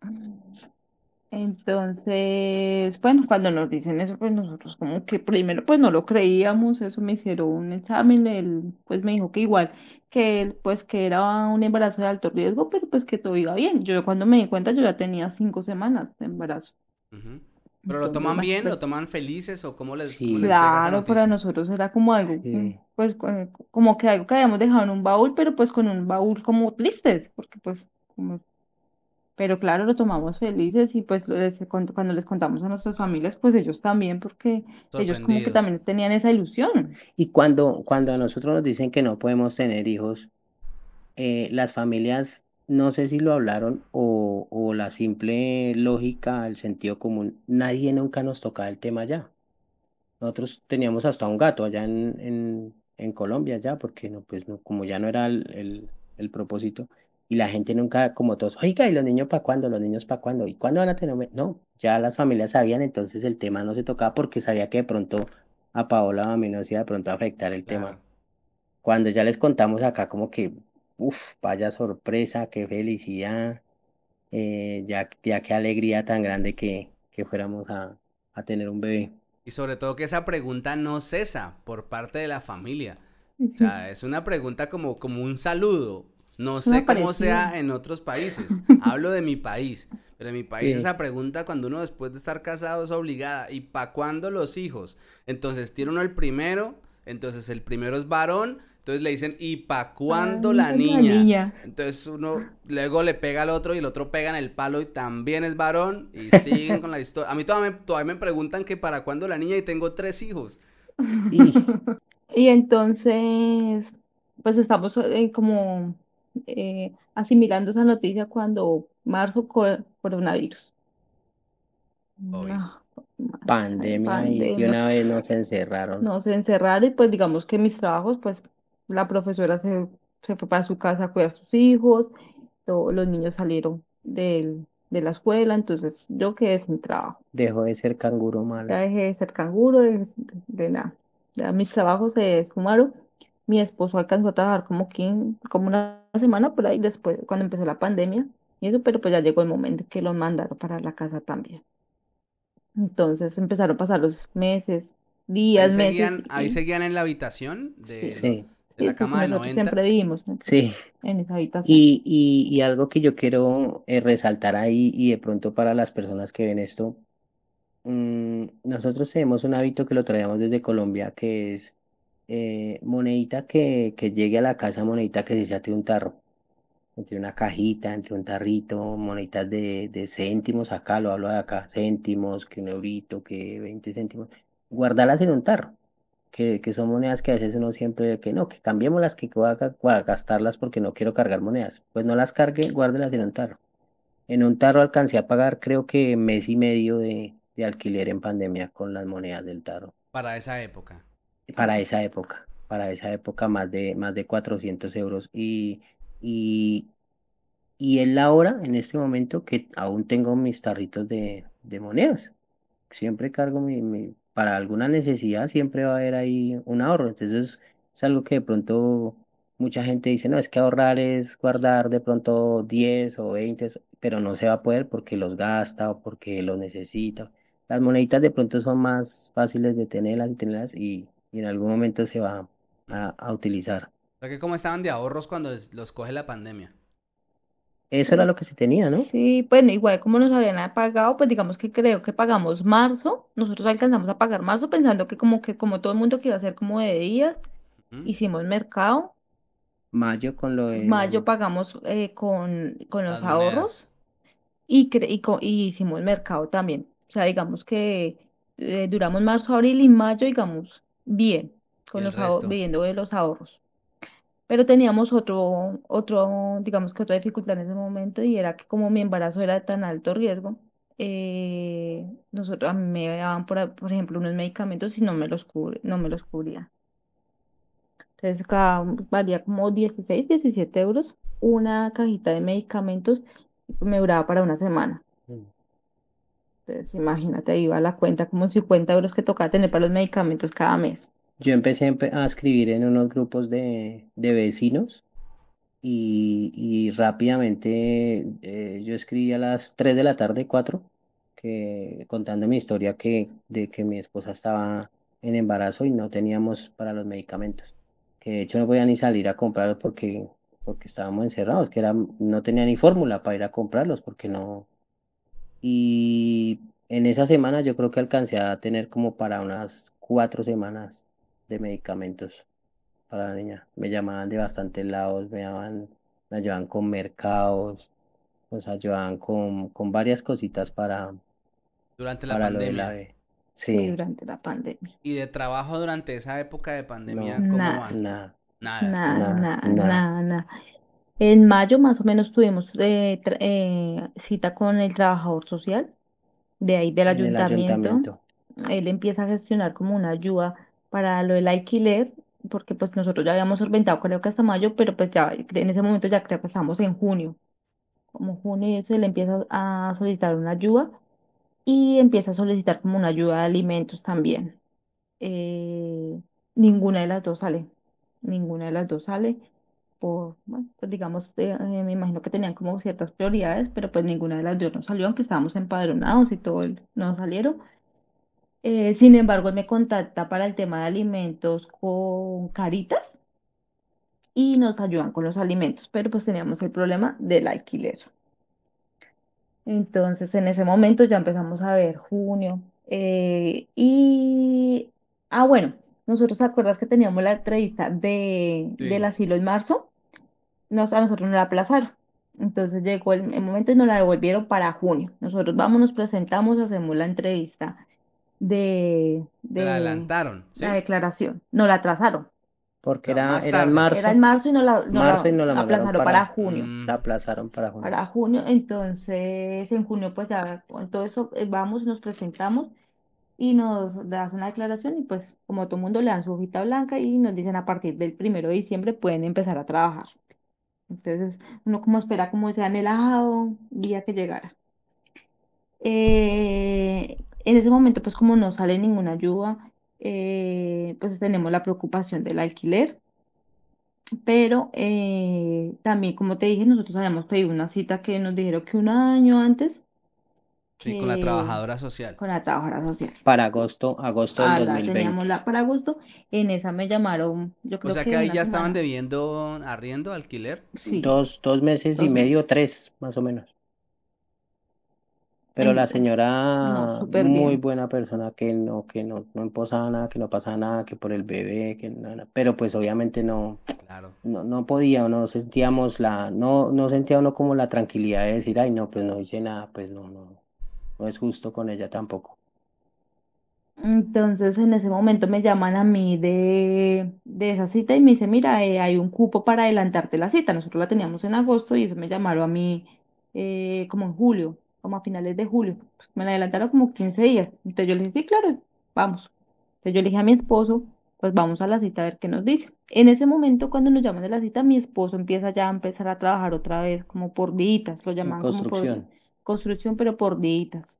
Entonces, bueno, cuando nos dicen eso, pues nosotros como que primero pues no lo creíamos, eso me hicieron un examen, él pues me dijo que igual, que él pues que era un embarazo de alto riesgo, pero pues que todo iba bien. Yo cuando me di cuenta yo ya tenía 5 semanas de embarazo. Ujú. ¿Pero lo Entonces, toman bueno, bien? ¿Lo pues toman felices o cómo les Sí, llega esa claro, para noticia? nosotros era como algo, sí. pues como que algo que habíamos dejado en un baúl, pero pues con un baúl como tristes, porque pues como pero claro, lo tomamos felices y pues cuando les contamos a nuestras familias, pues ellos también, porque ellos como que Sorprendidos. también tenían esa ilusión. Y cuando a nosotros nos dicen que no podemos tener hijos, las familias, no sé si lo hablaron o la simple lógica, el sentido común, nadie nunca nos tocaba el tema ya. Nosotros teníamos hasta un gato allá en Colombia ya, porque no, pues no, como ya no era el propósito, y la gente nunca, como todos, oiga, ¿y los niños para cuándo? ¿Los niños para cuándo? ¿Y cuándo van a tener? No, ya las familias sabían, entonces el tema no se tocaba porque sabía que de pronto a Paola o a mí nos iba de pronto a afectar el tema. Claro. Cuando ya les contamos acá como que, uff, vaya sorpresa, qué felicidad, ya qué alegría tan grande que fuéramos a tener un bebé. Y sobre todo que esa pregunta no cesa por parte de la familia. O sea, es una pregunta como un saludo. No Una sé cómo parecida. sea en otros países. Hablo de mi país. Pero en mi país Sí. esa pregunta cuando uno después de estar casado es obligada. ¿Y para cuándo los hijos? Entonces tiene uno el primero. Entonces el primero es varón. Entonces le dicen, ¿y para cuándo la Anda la niña? niña. Entonces uno luego le pega al otro y el otro pega en el palo y también es varón. Y siguen con la historia. A mí todavía me preguntan que para cuándo la niña y tengo 3 hijos. Y Y entonces, pues estamos como asimilando esa noticia cuando marzo coronavirus. COVID. No, marzo, pandemia y de pandemia. una vez nos encerraron. Nos encerraron y pues digamos que mis trabajos, pues la profesora se fue para su casa a cuidar a sus hijos, todos los niños salieron de la escuela, entonces yo quedé sin trabajo. Dejó de ser canguro Ya malo. dejé de ser canguro, de nada. Ya mis trabajos se esfumaron. Mi esposo alcanzó a trabajar como una semana por ahí después, cuando empezó la pandemia y eso, pero pues ya llegó el momento que lo mandaron para la casa también. Entonces empezaron a pasar los meses, días, meses Ahí y seguían en la habitación sí, Sí, de sí, la sí, sí, cama de nosotros 90. siempre vivimos sí. en esa habitación. Y algo que yo quiero resaltar ahí y de pronto para las personas que ven esto, nosotros tenemos un hábito que lo traíamos desde Colombia, que es monedita que llegue a la casa, monedita que se saque un tarro, entre una cajita, entre un tarrito, moneditas de céntimos, acá lo hablo de acá, céntimos, que un eurito, que 20 céntimos, guardarlas en un tarro. Que son monedas que a veces uno siempre, que no, que cambiémoslas, que voy a gastarlas porque no quiero cargar monedas. Pues no las cargue, guárdelas en un tarro. En un tarro alcancé a pagar creo que mes y medio de alquiler en pandemia con las monedas del tarro. Para esa época. Para esa época más de 400 euros. Y Y es la hora en este momento que aún tengo mis tarritos de monedas. Siempre cargo para alguna necesidad, siempre va a haber ahí un ahorro. Entonces es algo que de pronto mucha gente dice, no, es que ahorrar es guardar de pronto 10 o 20, pero no se va a poder porque los gasta o porque los necesita. Las moneditas de pronto son más fáciles de tenerlas y tenerlas y en algún momento se va Mm. a utilizar. O sea que como estaban de ahorros cuando los coge la pandemia. Eso era Sí, lo que se tenía, ¿no? sí, bueno, igual como nos habían pagado, pues digamos que creo que pagamos marzo, nosotros alcanzamos a pagar marzo pensando que como todo el mundo que iba a ser como de días, Ujú. hicimos mercado, Mayo con lo mayo de pagamos con Las los monedas. ahorros y hicimos mercado también. O sea, digamos que duramos marzo, abril y mayo, digamos, bien, Y con el los resto. viviendo de los ahorros. Pero teníamos digamos que otra dificultad en ese momento y era que como mi embarazo era de tan alto riesgo, a mí me daban, por ejemplo, unos medicamentos y no me los cubría. Entonces, valía como 16 17 euros una cajita de medicamentos y me duraba para una semana. Entonces, imagínate, iba la cuenta como 50 euros que tocaba tener para los medicamentos cada mes. Yo empecé a escribir en unos grupos de vecinos y rápidamente yo escribí a las 3 de la tarde, 4 contando mi historia de que mi esposa estaba en embarazo y no teníamos para los medicamentos. Que de hecho no podía ni salir a comprarlos porque estábamos encerrados, no tenía ni fórmula para ir a comprarlos porque no. Y en esa semana yo creo que alcancé a tener como para unas 4 semanas de medicamentos para la niña. Me llamaban de bastantes lados, me ayudaban con mercados, nos ayudaban con varias cositas Durante la para lo de la pandemia. B. Sí, Sí, durante la pandemia. Y de trabajo durante esa época de pandemia, no, ¿cómo Nada, van? nada, Nada. nada, nada, nada, nada. nada, nada. En mayo más o menos tuvimos cita con el trabajador social de ahí del En el ayuntamiento. ayuntamiento. Él empieza a gestionar como una ayuda para lo del alquiler, porque pues nosotros ya habíamos solventado creo que hasta mayo, pero pues ya en ese momento ya creo que estamos en junio. Como junio y eso, él empieza a solicitar una ayuda y empieza a solicitar como una ayuda de alimentos también. Eh, Ninguna de las dos sale, ninguna de las dos sale bueno, pues digamos, me imagino que tenían como ciertas prioridades, pero pues ninguna de las dos no salió, aunque estábamos empadronados y todo, no salieron. Sin embargo, él me contacta para el tema de alimentos con Caritas y nos ayudan con los alimentos, pero pues teníamos el problema del alquiler. Entonces, en ese momento ya empezamos a ver junio. Bueno, nosotros, ¿te acuerdas que teníamos la entrevista del Sí. asilo en marzo? A nosotros nos la aplazaron. Entonces llegó el momento y nos la devolvieron para junio. Nosotros vamos, nos presentamos, hacemos la entrevista Se la de adelantaron, la ¿sí? declaración. Nos la atrasaron. O Porque sea, más era en tarde. Era en marzo, marzo y nos marzo y la nos la mandaron aplazaron para junio. Mm, la aplazaron para junio. Para junio, entonces en junio pues ya con todo eso vamos, nos presentamos y nos das una declaración y pues como todo mundo le dan su hojita blanca y nos dicen a partir del 1 de diciembre pueden empezar a trabajar. Entonces uno como espera como ese anhelado día que llegara. En ese momento pues como no sale ninguna ayuda, pues tenemos la preocupación del alquiler. Pero también, como te dije, nosotros habíamos pedido una cita que nos dijeron que un año antes sí, con la que trabajadora social. con la trabajadora social. Para agosto del dos La mil teníamos veinte la para agosto. En esa me llamaron, yo O creo sea que que ahí una ya estaban semana. debiendo arriendo, alquiler. Sí, 2 meses y medio, 2 meses. 3, más o menos. Pero la Entonces, no, señora, súper muy bien. buena persona, no imposaba nada, que no pasaba nada, que por el bebé, que nada. Pero pues obviamente Claro. no podía, o no sentíamos no sentía uno como la tranquilidad de decir, ay, no, pues no hice nada, pues no es justo con ella tampoco. Entonces, en ese momento me llaman a mí de esa cita y me dice, mira, hay un cupo para adelantarte la cita. Nosotros la teníamos en agosto y eso me llamaron a mí como en julio, como a finales de julio. Pues, me la adelantaron como 15 días. Entonces yo le dije, sí, claro, vamos. Entonces yo le dije a mi esposo pues vamos a la cita a ver qué nos dice. En ese momento, cuando nos llaman de la cita, mi esposo empieza ya a empezar a trabajar otra vez, como por días, lo En llaman como por construcción. construcción, pero por días.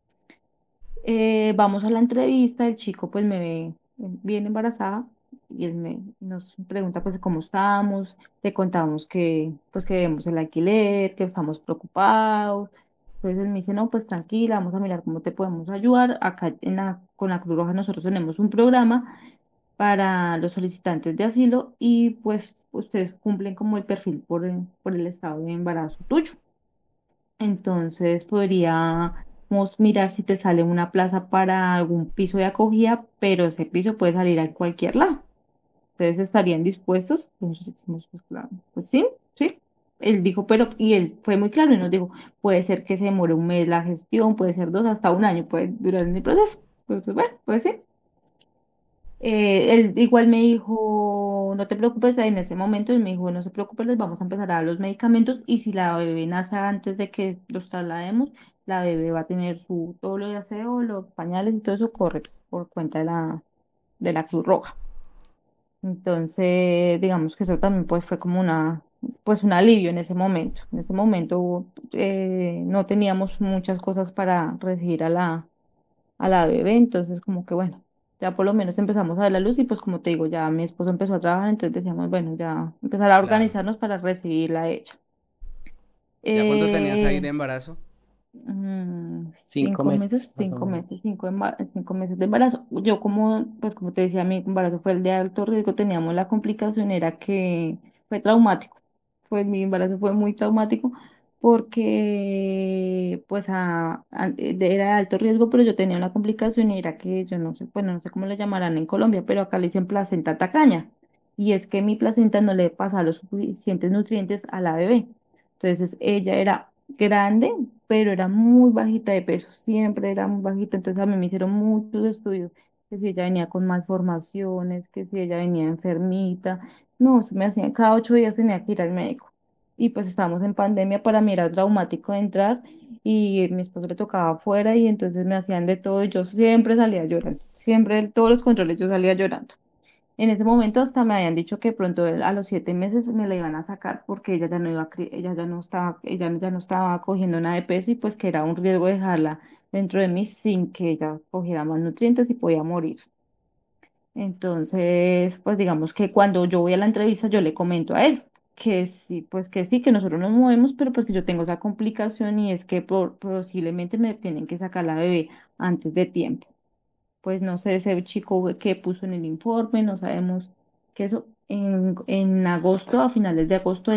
Vamos a la entrevista, el chico pues me ve bien embarazada y nos pregunta pues cómo estamos, le contamos que pues que debemos el alquiler, que estamos preocupados. Entonces él me dice, no, pues tranquila, vamos a mirar cómo te podemos ayudar. Acá con la Cruz Roja nosotros tenemos un programa para los solicitantes de asilo y pues ustedes cumplen como el perfil por el estado de embarazo tuyo. Entonces podríamos mirar si te sale una plaza para algún piso de acogida, pero ese piso puede salir a cualquier lado. ¿Ustedes estarían dispuestos? Pues nosotros dijimos, pues claro, pues sí, sí. Él dijo, pero, y él fue muy claro y nos dijo, puede ser que se demore un mes la gestión, puede ser dos, hasta un año puede durar en el proceso. Pues bueno, pues sí. Él igual me dijo, no te preocupes, en ese momento él me dijo, no se preocupe, les vamos a empezar a dar los medicamentos y si la bebé nace antes de que los traslademos, la bebé va a tener todo lo de aseo, los pañales y todo eso corre por cuenta de la Cruz Roja. Entonces, digamos que eso también pues fue como pues un alivio en ese momento. En ese momento no teníamos muchas cosas para recibir a la bebé, entonces como que bueno, ya por lo menos empezamos a ver la luz y pues como te digo, ya mi esposo empezó a trabajar, entonces decíamos, bueno, ya empezar a Claro. organizarnos para recibirla a ella. ¿Ya cuánto tenías ahí Eh, de embarazo? 5 meses, más o cinco menos. meses, 5 meses de embarazo. Yo como, pues como te decía, mi embarazo fue el de alto riesgo, teníamos la complicación, era que fue traumático. Pues mi embarazo fue muy traumático porque pues era de alto riesgo, pero yo tenía una complicación y era que yo no sé, bueno, no sé cómo le llamarán en Colombia, pero acá le dicen placenta tacaña. Y es que mi placenta no le pasaba los suficientes nutrientes a la bebé. Entonces ella era grande, pero era muy bajita de peso, siempre era muy bajita, entonces a mí me hicieron muchos estudios, que si ella venía con malformaciones, que si ella venía enfermita, no, se me hacían, cada 8 días tenía que ir al médico. Y pues estábamos en pandemia, para mí era traumático de entrar y mi esposo le tocaba afuera y entonces me hacían de todo y yo siempre salía llorando, siempre en todos los controles yo salía llorando. En ese momento hasta me habían dicho que pronto a los 7 meses me la iban a sacar porque ella ya no iba ella ya no estaba cogiendo nada de peso y pues que era un riesgo dejarla dentro de mí sin que ella cogiera más nutrientes y podía morir. Entonces, pues digamos que cuando yo voy a la entrevista yo le comento a él que sí, pues que sí, que nosotros nos movemos, pero pues que yo tengo esa complicación y es que posiblemente me tienen que sacar la bebé antes de tiempo. Pues no sé ese chico qué puso en el informe, no sabemos que eso en agosto, a finales de agosto,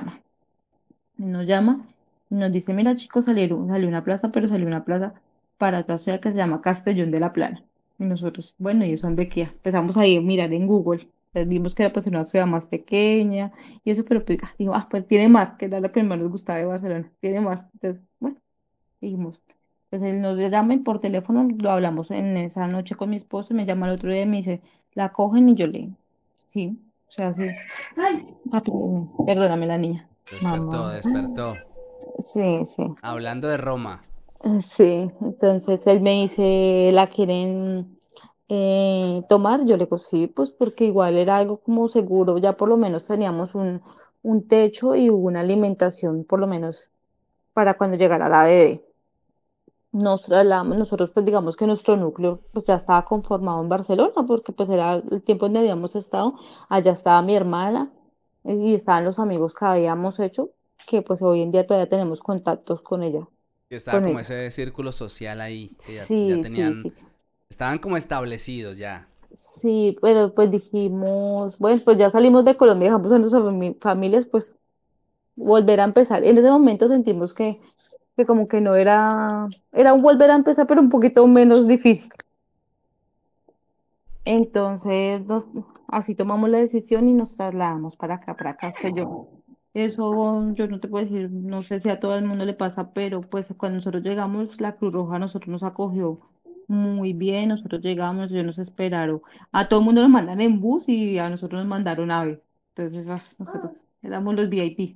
él nos llama y nos dice, mira chicos, salió una plaza, pero salió una plaza para otra ciudad que se llama Castellón de la Plana. Y nosotros, bueno, ¿y eso dónde queda? Empezamos ahí a mirar en Google. Entonces vimos que era pues una ciudad más pequeña y eso, pero pues, digo, pues tiene mar, que era lo que más nos gustaba de Barcelona, tiene mar. Entonces, bueno. Dijimos, pues él nos llama y por teléfono lo hablamos en esa noche con mi esposo, me llama el otro día y me dice, la cogen y yo sí, o sea, sí. Ay, papi, perdóname la niña. Despertó, Mamá. despertó. Sí, sí. Hablando de Roma. Sí, entonces él me dice, ¿la quieren tomar? Yo le digo, sí, pues porque igual era algo como seguro, ya por lo menos teníamos un techo y una alimentación, por lo menos para cuando llegara la bebé. Nos trasladamos, nosotros pues digamos que nuestro núcleo pues ya estaba conformado en Barcelona porque pues era el tiempo donde habíamos estado, allá estaba mi hermana y estaban los amigos que habíamos hecho, que pues hoy en día todavía tenemos contactos con ella, Y estaba con como ellos. ese círculo social ahí, que ya Sí, sí, tenían, sí. estaban como establecidos ya. Sí, pero pues dijimos, bueno, pues ya salimos de Colombia, dejamos a nuestras familias, pues volver a empezar. En ese momento sentimos que como que no era un volver a empezar, pero un poquito menos difícil. Entonces, así tomamos la decisión y nos trasladamos para acá, para Castellón. Eso yo no te puedo decir, no sé si a todo el mundo le pasa, pero pues cuando nosotros llegamos, la Cruz Roja a nosotros nos acogió muy bien, nosotros llegamos, ellos nos esperaron. A todo el mundo nos mandan en bus y a nosotros nos mandaron ave. Entonces, nosotros éramos los VIP.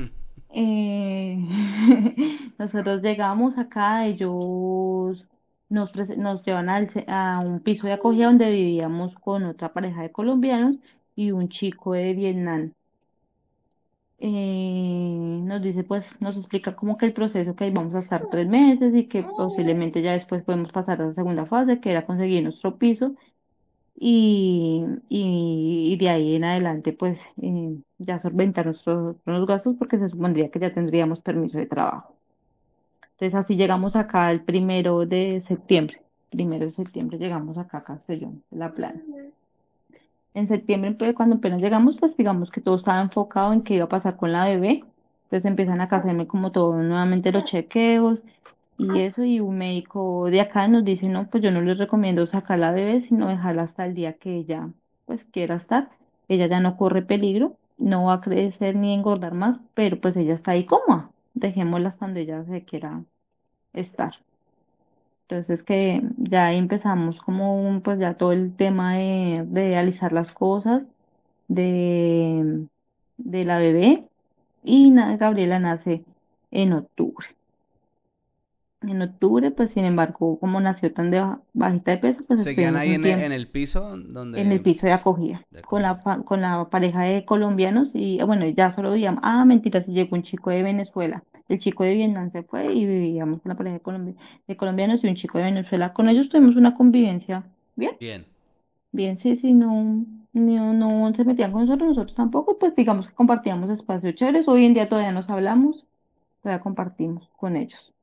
Eh, nosotros llegamos acá, ellos nos llevan a un piso de acogida donde vivíamos con otra pareja de colombianos y un chico de Vietnam. Nos dice, pues, nos explica como que el proceso, que ahí vamos a estar 3 meses y que posiblemente ya después podemos pasar a la segunda fase, que era conseguir nuestro piso y de ahí en adelante, pues, ya solventar nuestros gastos porque se supondría que ya tendríamos permiso de trabajo. Entonces así llegamos acá el 1 de septiembre. 1 de septiembre llegamos acá a Castellón, de La Plana. En septiembre, pues, cuando apenas llegamos, pues digamos que todo estaba enfocado en qué iba a pasar con la bebé. Entonces empiezan a hacerme como todo nuevamente los chequeos y eso, y un médico de acá nos dice, no, pues yo no les recomiendo sacar la bebé, sino dejarla hasta el día que ella, pues, quiera estar. Ella ya no corre peligro, no va a crecer ni engordar más, pero pues ella está ahí cómoda. Dejémosla hasta donde ella se quiera estar. Entonces que ya ahí empezamos como pues ya todo el tema de alisar las cosas de, de la bebé y Gabriela nace en octubre. En octubre, pues sin embargo, como nació tan bajita de peso, pues ¿Seguían estuvimos ahí un en tiempo el piso en el donde piso de acogida de con acogida? con la pareja de colombianos y bueno, ya solo vivíamos, ah, mentira, se llegó un chico de Venezuela, el chico de Vietnam se fue y vivíamos con la pareja de colombianos y un chico de Venezuela. Con ellos tuvimos una convivencia bien, Bien. bien, sí, sí, no, no, no se metían con nosotros, nosotros tampoco, pues digamos que compartíamos espacios chéveres, hoy en día todavía nos hablamos, todavía compartimos con ellos.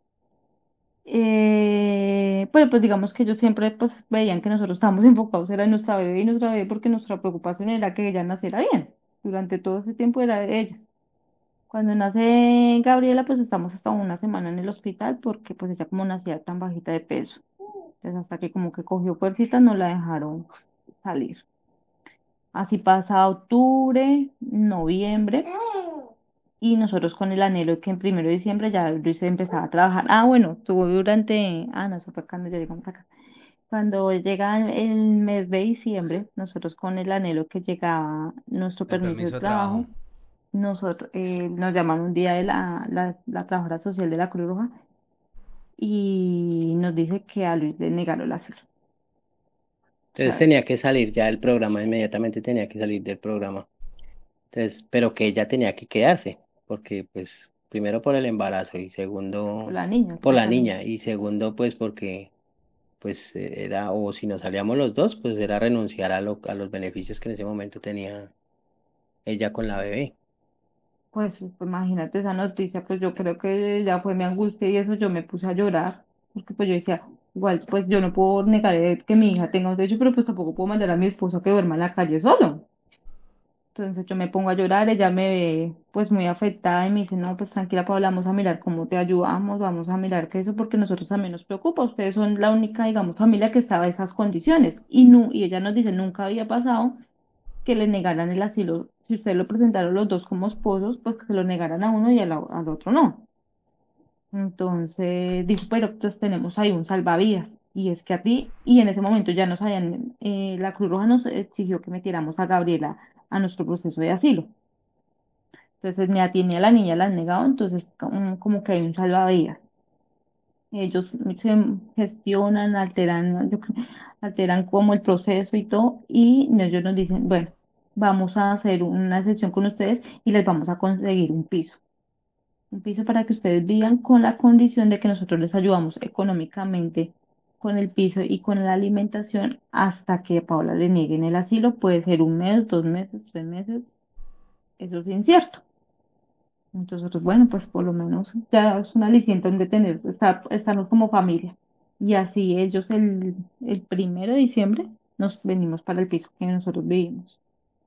Pero pues digamos que ellos siempre pues veían que nosotros estábamos enfocados era en nuestra bebé y nuestra bebé porque nuestra preocupación era que ella naciera bien. Durante todo ese tiempo era de ella. Cuando nace Gabriela pues estamos hasta una semana en el hospital porque pues ella como nacía tan bajita de peso. Entonces hasta que como que cogió fuercita no la dejaron salir. Así pasa octubre, noviembre. Y nosotros con el anhelo de que en 1 de diciembre ya Luis empezaba a trabajar. Ah, bueno, estuvo durante, no, eso fue cuando ya llegamos acá. Cuando llega el mes de diciembre, nosotros con el anhelo que llegaba nuestro El permiso de permiso de trabajo. trabajo, nosotros nos llaman un día de la trabajadora social de la Cruz Roja y nos dice que a Luis le negaron el asilo. O Entonces sea, tenía que salir ya del programa, inmediatamente tenía que salir del programa. Entonces, pero que ella tenía que quedarse, porque pues primero por el embarazo y por segundo la niña, por porque la también. niña y segundo pues porque pues era, o si nos salíamos los dos, pues era renunciar a los beneficios que en ese momento tenía ella con la bebé. Pues imagínate esa noticia, pues yo creo que ya fue mi angustia y eso yo me puse a llorar, porque pues yo decía, igual pues yo no puedo negar que mi hija tenga un techo, pero pues tampoco puedo mandar a mi esposo a que duerma en la calle solo. Entonces yo me pongo a llorar, ella me ve pues muy afectada y me dice, no, pues tranquila, Paula, vamos a mirar cómo te ayudamos, vamos a mirar que eso, porque nosotros también nos preocupa, ustedes son la única, digamos, familia que estaba en esas condiciones. Y, no, y ella nos dice, nunca había pasado que le negaran el asilo, si ustedes lo presentaron los dos como esposos, pues que se lo negaran a uno y al otro no. Entonces dijo, pero pues tenemos ahí un salvavidas. Y es que a ti, y en ese momento ya nos habían, la Cruz Roja nos exigió que metiéramos a Gabriela a nuestro proceso de asilo. Entonces ni a ti ni a la niña la han negado, entonces como que hay un salvavidas. Ellos se gestionan, alteran, alteran como el proceso y todo, y ellos nos dicen, bueno, vamos a hacer una sesión con ustedes y les vamos a conseguir un piso para que ustedes vivan con la condición de que nosotros les ayudamos económicamente con el piso y con la alimentación hasta que a Paula le nieguen el asilo, puede ser 1 mes, 2 meses, 3 meses, eso es incierto. Entonces, nosotros, bueno, pues por lo menos ya es un aliciente donde tener, estarnos como familia. Y así ellos el 1 de diciembre nos venimos para el piso que nosotros vivimos.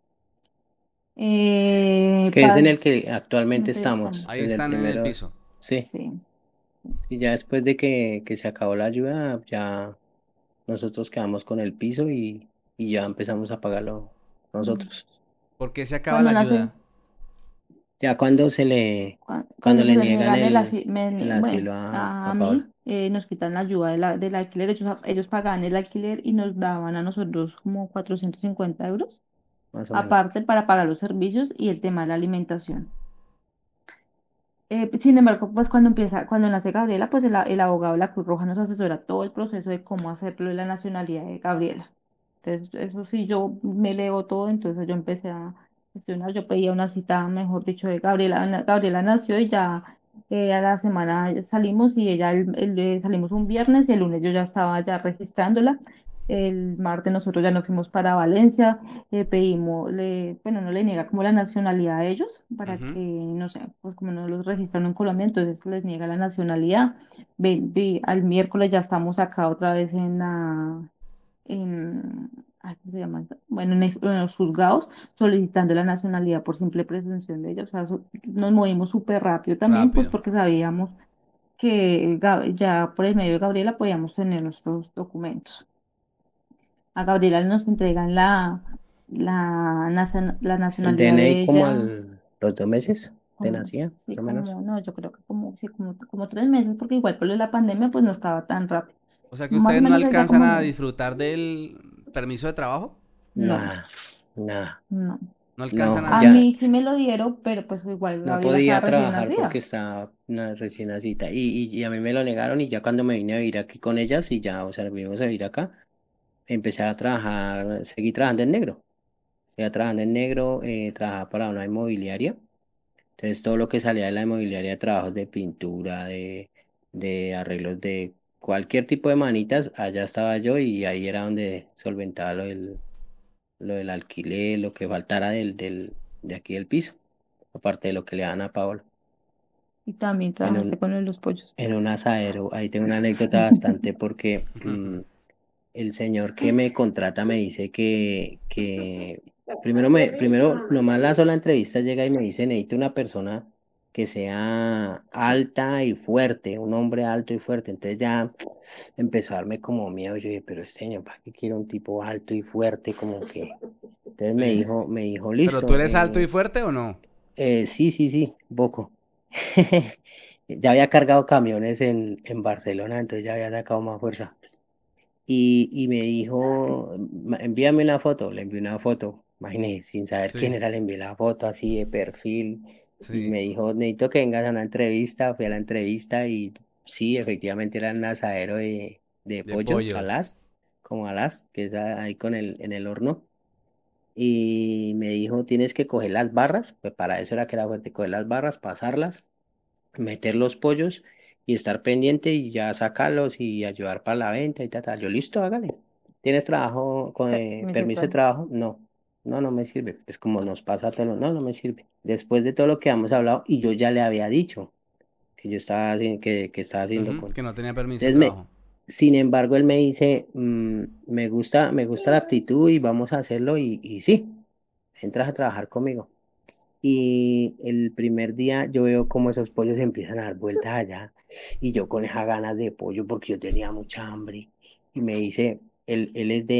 Que es en el que actualmente estamos, Estamos, Ahí en el están en el primero, piso. sí, sí. sí, ya después de que se acabó la ayuda, ya nosotros quedamos con el piso y ya empezamos a pagarlo Mm. nosotros. ¿Por qué se acaba la Cuando nace, ayuda? Ya cuando cuando le se les niegan niegan el bueno, asilo a a Paola, mí nos quitan la ayuda del alquiler, ellos pagaban el alquiler y nos daban a nosotros como 450 euros, más o menos. aparte para pagar los servicios y el tema de la alimentación. Sin embargo, pues cuando nace Gabriela, pues el abogado de la Cruz Roja nos asesora todo el proceso de cómo hacerlo de la nacionalidad de Gabriela. Entonces, eso sí, yo me leo todo, entonces yo empecé a gestionar, yo pedía una cita, mejor dicho, de Gabriela. Gabriela nació y ya a la semana ya salimos y ella, salimos un viernes y el lunes yo ya estaba ya registrándola. El martes nosotros ya nos fuimos para Valencia, bueno, no le niega como la nacionalidad a ellos para que, Ujú. no sé, pues como no los registraron en Colombia, entonces les niega la nacionalidad. Al miércoles ya estamos acá otra vez ay, ¿cómo se llama esto? Bueno, en los juzgados solicitando la nacionalidad por simple presunción de ellos. O sea, nos movimos súper rápido también, pues Rápido. porque sabíamos que ya por el medio de Gabriela podíamos tener nuestros documentos. A Gabriela nos entregan la El nacionalidad DNI de como ella, los 2 meses de como, nacida, sí, más o menos. como, no, yo creo que como, sí, como 3 meses, porque igual por lo de la pandemia pues no estaba tan rápido. O sea que Más o ustedes no menos ella alcanzan como a no, disfrutar del permiso de trabajo. no, Nada, nada. No no. alcanzan No, A a... ya mí sí me lo dieron, pero pues igual no Gabriela estaba podía recién trabajar porque nacida. estaba una recién nacida. Y a mí me lo negaron y ya cuando me vine a vivir aquí con ellas y ya, o sea, vinimos a vivir acá, empecé a trabajar, seguí trabajando en negro. Seguía trabajando en negro, trabajaba para una inmobiliaria. Entonces todo lo que salía de la inmobiliaria, trabajos de pintura, de arreglos de cualquier tipo de manitas, allá estaba yo y ahí era donde solventaba lo del alquiler, lo que faltara de aquí del piso, aparte de lo que le dan a Paola. Y también En trabajaste un, con lo de los pollos. en un asadero, ahí tengo una anécdota bastante porque el señor que me contrata me dice que primero nomás la sola entrevista llega y me dice, necesito una persona que sea alta y fuerte, un hombre alto y fuerte. Entonces ya empezó a darme como miedo. Yo dije, pero este señor, ¿para qué quiero un tipo alto y fuerte? Como que. Entonces me Sí. dijo, me dijo, ¿Pero tú listo. eres alto y fuerte o no? Sí, sí, sí, un poco. Ya había cargado camiones en Barcelona, entonces ya había sacado más fuerza. Y me dijo, Envíame una foto". Le envié una foto, imagínese, sin saber quién Sí, era, le envié la foto así de perfil. Y sí. me dijo, necesito que vengas a una entrevista. Fui a la entrevista y sí, efectivamente era un asadero de De pollos, pollos. como alast, que es ahí en el horno. Y me dijo, tienes que coger las barras, pues para eso era que era fuerte, coger las barras, pasarlas, meter los pollos y estar pendiente y ya sacarlos y ayudar para la venta y tal, tal. Yo, listo, hágale. ¿Tienes trabajo con Me permiso de sirve. trabajo? No, no, no me sirve. Es como nos pasa a todos, no, no me sirve. Después de todo lo que hemos hablado y yo ya le había dicho que yo estaba que estaba haciendo Ujú, con. que no tenía permiso de Entonces trabajo. sin embargo, él me dice, me gusta la aptitud y vamos a hacerlo y sí, entras a trabajar conmigo. Y el primer día yo veo cómo esos pollos empiezan a dar vueltas allá y yo con esas ganas de pollo porque yo tenía mucha hambre. Y me dice, él es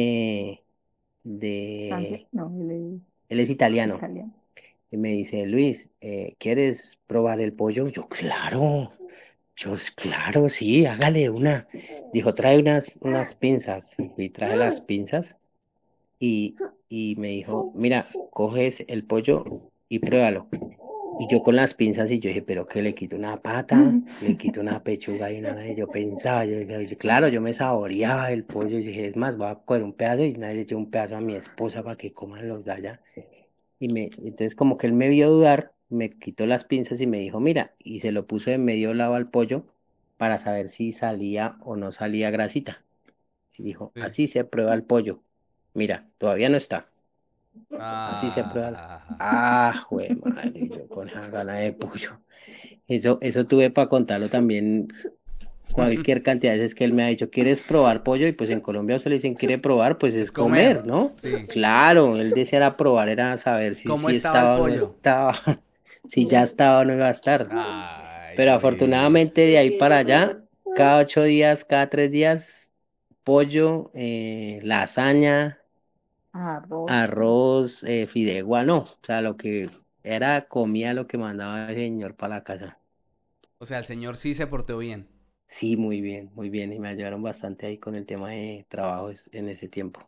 Francia, de, no, él él es es italiano. italiano. Y me dice, Luis, ¿quieres probar el pollo? Yo, claro, claro, sí, hágale una. Dijo, trae unas pinzas. Y traje las pinzas y, y me dijo, mira, coges el pollo y pruébalo. Y yo con las pinzas y yo dije, pero que le quito una pata, le quito una pechuga y nada. Y yo pensaba, claro, yo me saboreaba el pollo y dije, es más, voy a coger un pedazo y nadie le eché un pedazo a mi esposa para que coman los de allá. Entonces como que él me vio dudar, me quitó las pinzas y me dijo, mira, y se lo puso de medio lado al pollo para saber si salía o no salía grasita. Y dijo, Sí. así se prueba el pollo. Mira, todavía no está. Así se prueba. Ah. Jue madre, yo con esa gana de pollo. Eso tuve para contarlo también cualquier cantidad de veces que él me ha dicho, ¿quieres probar pollo? Y pues en Colombia se le dicen, ¿quiere probar? Pues Es es comer. comer, ¿no? Sí. Claro, él decía era probar, era saber si, ¿Cómo si estaba el estaba o no pollo? estaba, si ya estaba o no iba a estar. Ay, Pero Luis. afortunadamente de ahí para allá, cada 8 días, cada 3 días, pollo, lasaña, Arroz. arroz, fideuá, no, o sea, lo que era comía lo que mandaba el señor para la casa. O sea, el señor sí se portó bien Sí, muy bien, y me ayudaron bastante ahí con el tema de trabajo en ese tiempo.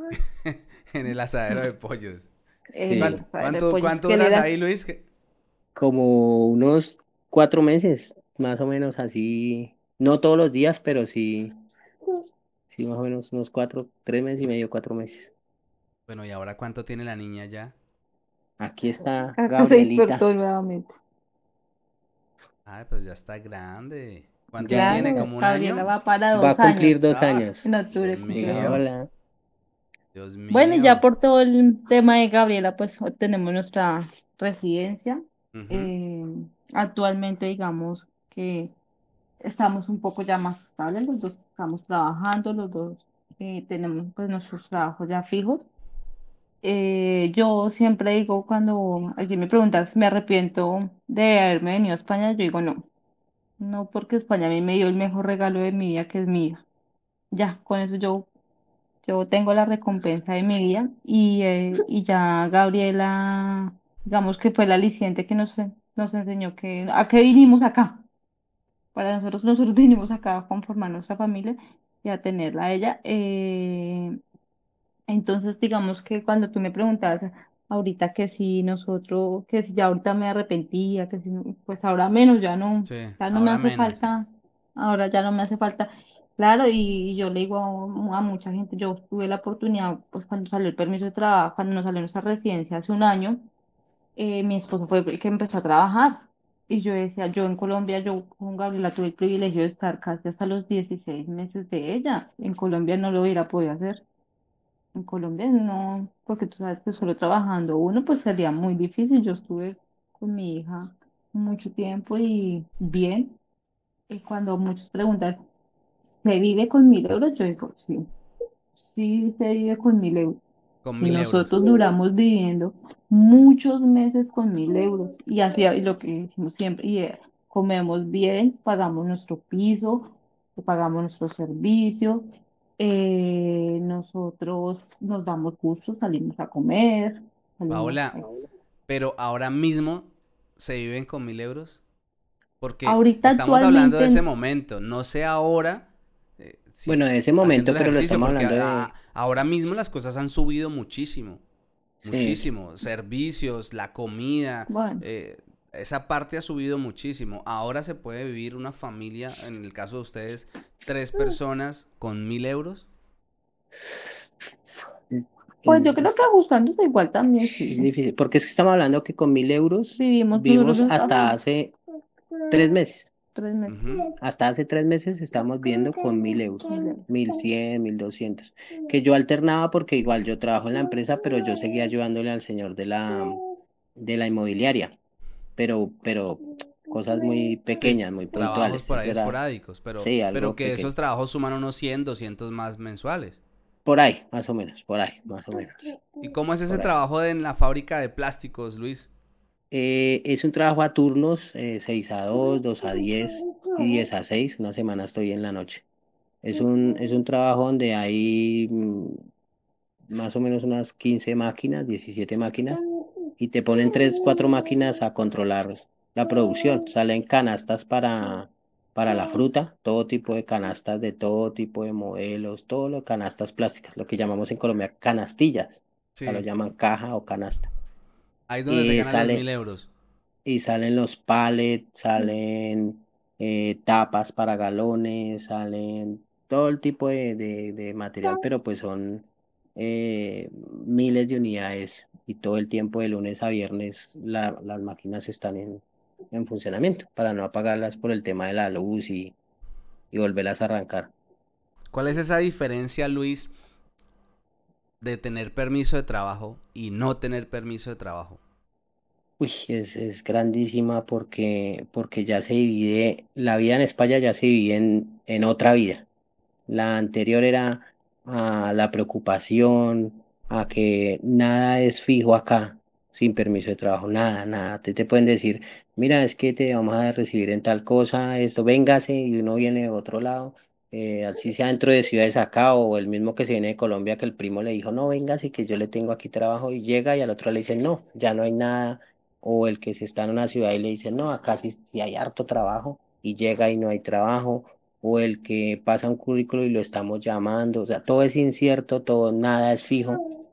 en el asadero de pollos. En Sí, el ¿Cuánto, asadero de cuánto, pollos. cuánto ¿Quién duras era? ahí, Luis? como unos 4 meses, más o menos así, no todos los días, pero sí, sí, más o menos unos 3 meses y medio, 4 meses. Bueno, ¿y ahora cuánto tiene la niña ya? Aquí está Acá se Gabrielita, despertó nuevamente. Ay, pues ya está grande. ¿Cuánto ya, tiene? Claro, ¿Como un Gabriela año? va para va a 2 años. cumplir dos Ah, años. En Dios octubre cumple Hola, 2 años. mío, hola. Dios Bueno, y ya mío. por todo el tema de Gabriela, pues tenemos nuestra residencia. Ujú. Eh, Actualmente, digamos que estamos un poco ya más estables, los dos estamos trabajando, los dos tenemos pues nuestros trabajos ya fijos. Yo siempre digo cuando alguien me pregunta si me arrepiento de haberme venido a España, yo digo no, no porque España a mí me dio el mejor regalo de mi vida que es mi hija. Ya, con eso yo tengo la recompensa de mi vida y ya Gabriela, digamos que fue la aliciente que nos enseñó que a qué vinimos acá. Para nosotros vinimos acá a conformar nuestra familia y a tenerla a ella. Entonces, digamos que cuando tú me preguntabas ahorita que si nosotros, que si ya ahorita me arrepentía, que si, pues ahora menos, Sí, ya no me ahora hace menos. falta, ahora ya no me hace falta. Claro, y yo le digo a mucha gente, yo tuve la oportunidad, pues cuando salió el permiso de trabajo, cuando nos salió nuestra residencia hace un año, mi esposo fue el que empezó a trabajar. Y yo decía, yo en Colombia, yo con Gabriela tuve el privilegio de estar casi hasta los 16 meses de ella. En Colombia no lo hubiera podido hacer. En Colombia no, porque tú sabes que solo trabajando uno, pues sería muy difícil. Yo estuve con mi hija mucho tiempo y bien. Y cuando muchos preguntan, ¿se vive con 1.000 euros? Yo digo, sí, sí se vive con 1.000 euros. Con Y 1000 euros. nosotros duramos viviendo muchos meses con 1.000 euros. Y así y lo que decimos siempre, comemos bien, pagamos nuestro piso, pagamos nuestro servicio, nosotros nos damos gusto, salimos a comer, salimos Paola, pero ahora mismo se viven con 1000 euros. Porque ahorita estamos hablando de ese actualmente, momento. No sé ahora, si Bueno, de ese haciendo momento, el pero lo ejercicio, estamos porque hablando de, ahora mismo las cosas han subido muchísimo. sí, Muchísimo. Servicios, la comida, bueno, esa parte ha subido muchísimo. Ahora se puede vivir una familia, en el caso de ustedes, 3 personas con 1000 euros. pues yo creo que es ajustándose igual también es sí. difícil, porque es que estamos hablando que con 1.000 euros Vivimos, nosotros vivimos no hasta estamos hace 3 meses. 3 meses. Ujú. Hasta hace 3 meses estamos viendo con 1.000 euros, 1.000 euros. 1.100, 1.200. Que yo alternaba porque igual yo trabajo en la empresa, pero yo seguía ayudándole al señor de la inmobiliaria. Pero cosas muy Sí, pequeñas, muy trabajos puntuales. por ahí Eso era, esporádicos, sí, pero algo que pequeño. esos trabajos suman unos 100, 200 más mensuales. Por ahí, más o menos, por ahí, más o menos, ¿Y cómo es ese por ahí. trabajo en la fábrica de plásticos, Luis? Es un trabajo a turnos, 6 a 2, 2 a 10 y 10 a 6. Una semana estoy en la noche. Es un trabajo donde hay más o menos unas 15 máquinas, 17 máquinas, y te ponen 3 4 máquinas a controlar la producción. Salen canastas para la fruta, todo tipo de canastas de todo tipo de modelos, todo lo canastas plásticas, lo que llamamos en Colombia canastillas. O sea, lo Sí, llaman caja o canasta. ahí es donde te Y ganan los sale, 1000 euros. y salen los pallets, salen tapas para galones, salen todo el tipo de material, pero pues son miles de unidades y todo el tiempo de lunes a viernes las máquinas están en funcionamiento para no apagarlas por el tema de la luz y volverlas a arrancar. ¿Cuál es esa diferencia, Luis, de tener permiso de trabajo y no tener permiso de trabajo? Uy, es grandísima porque ya se divide, la vida en España ya se divide en otra vida. La anterior era a la preocupación, a que nada es fijo acá, sin permiso de trabajo, nada, nada. Te pueden decir, mira, es que te vamos a recibir en tal cosa, esto, véngase, y uno viene de otro lado, así sea dentro de ciudades acá, o el mismo que se viene de Colombia, que el primo le dijo, no, véngase, que yo le tengo aquí trabajo, y llega y al otro le dicen, no, ya no hay nada, o el que se está en una ciudad y le dice, no, acá sí hay harto trabajo, y llega y no hay trabajo o el que pasa un currículo y lo estamos llamando, o sea, todo es incierto, todo, nada es fijo.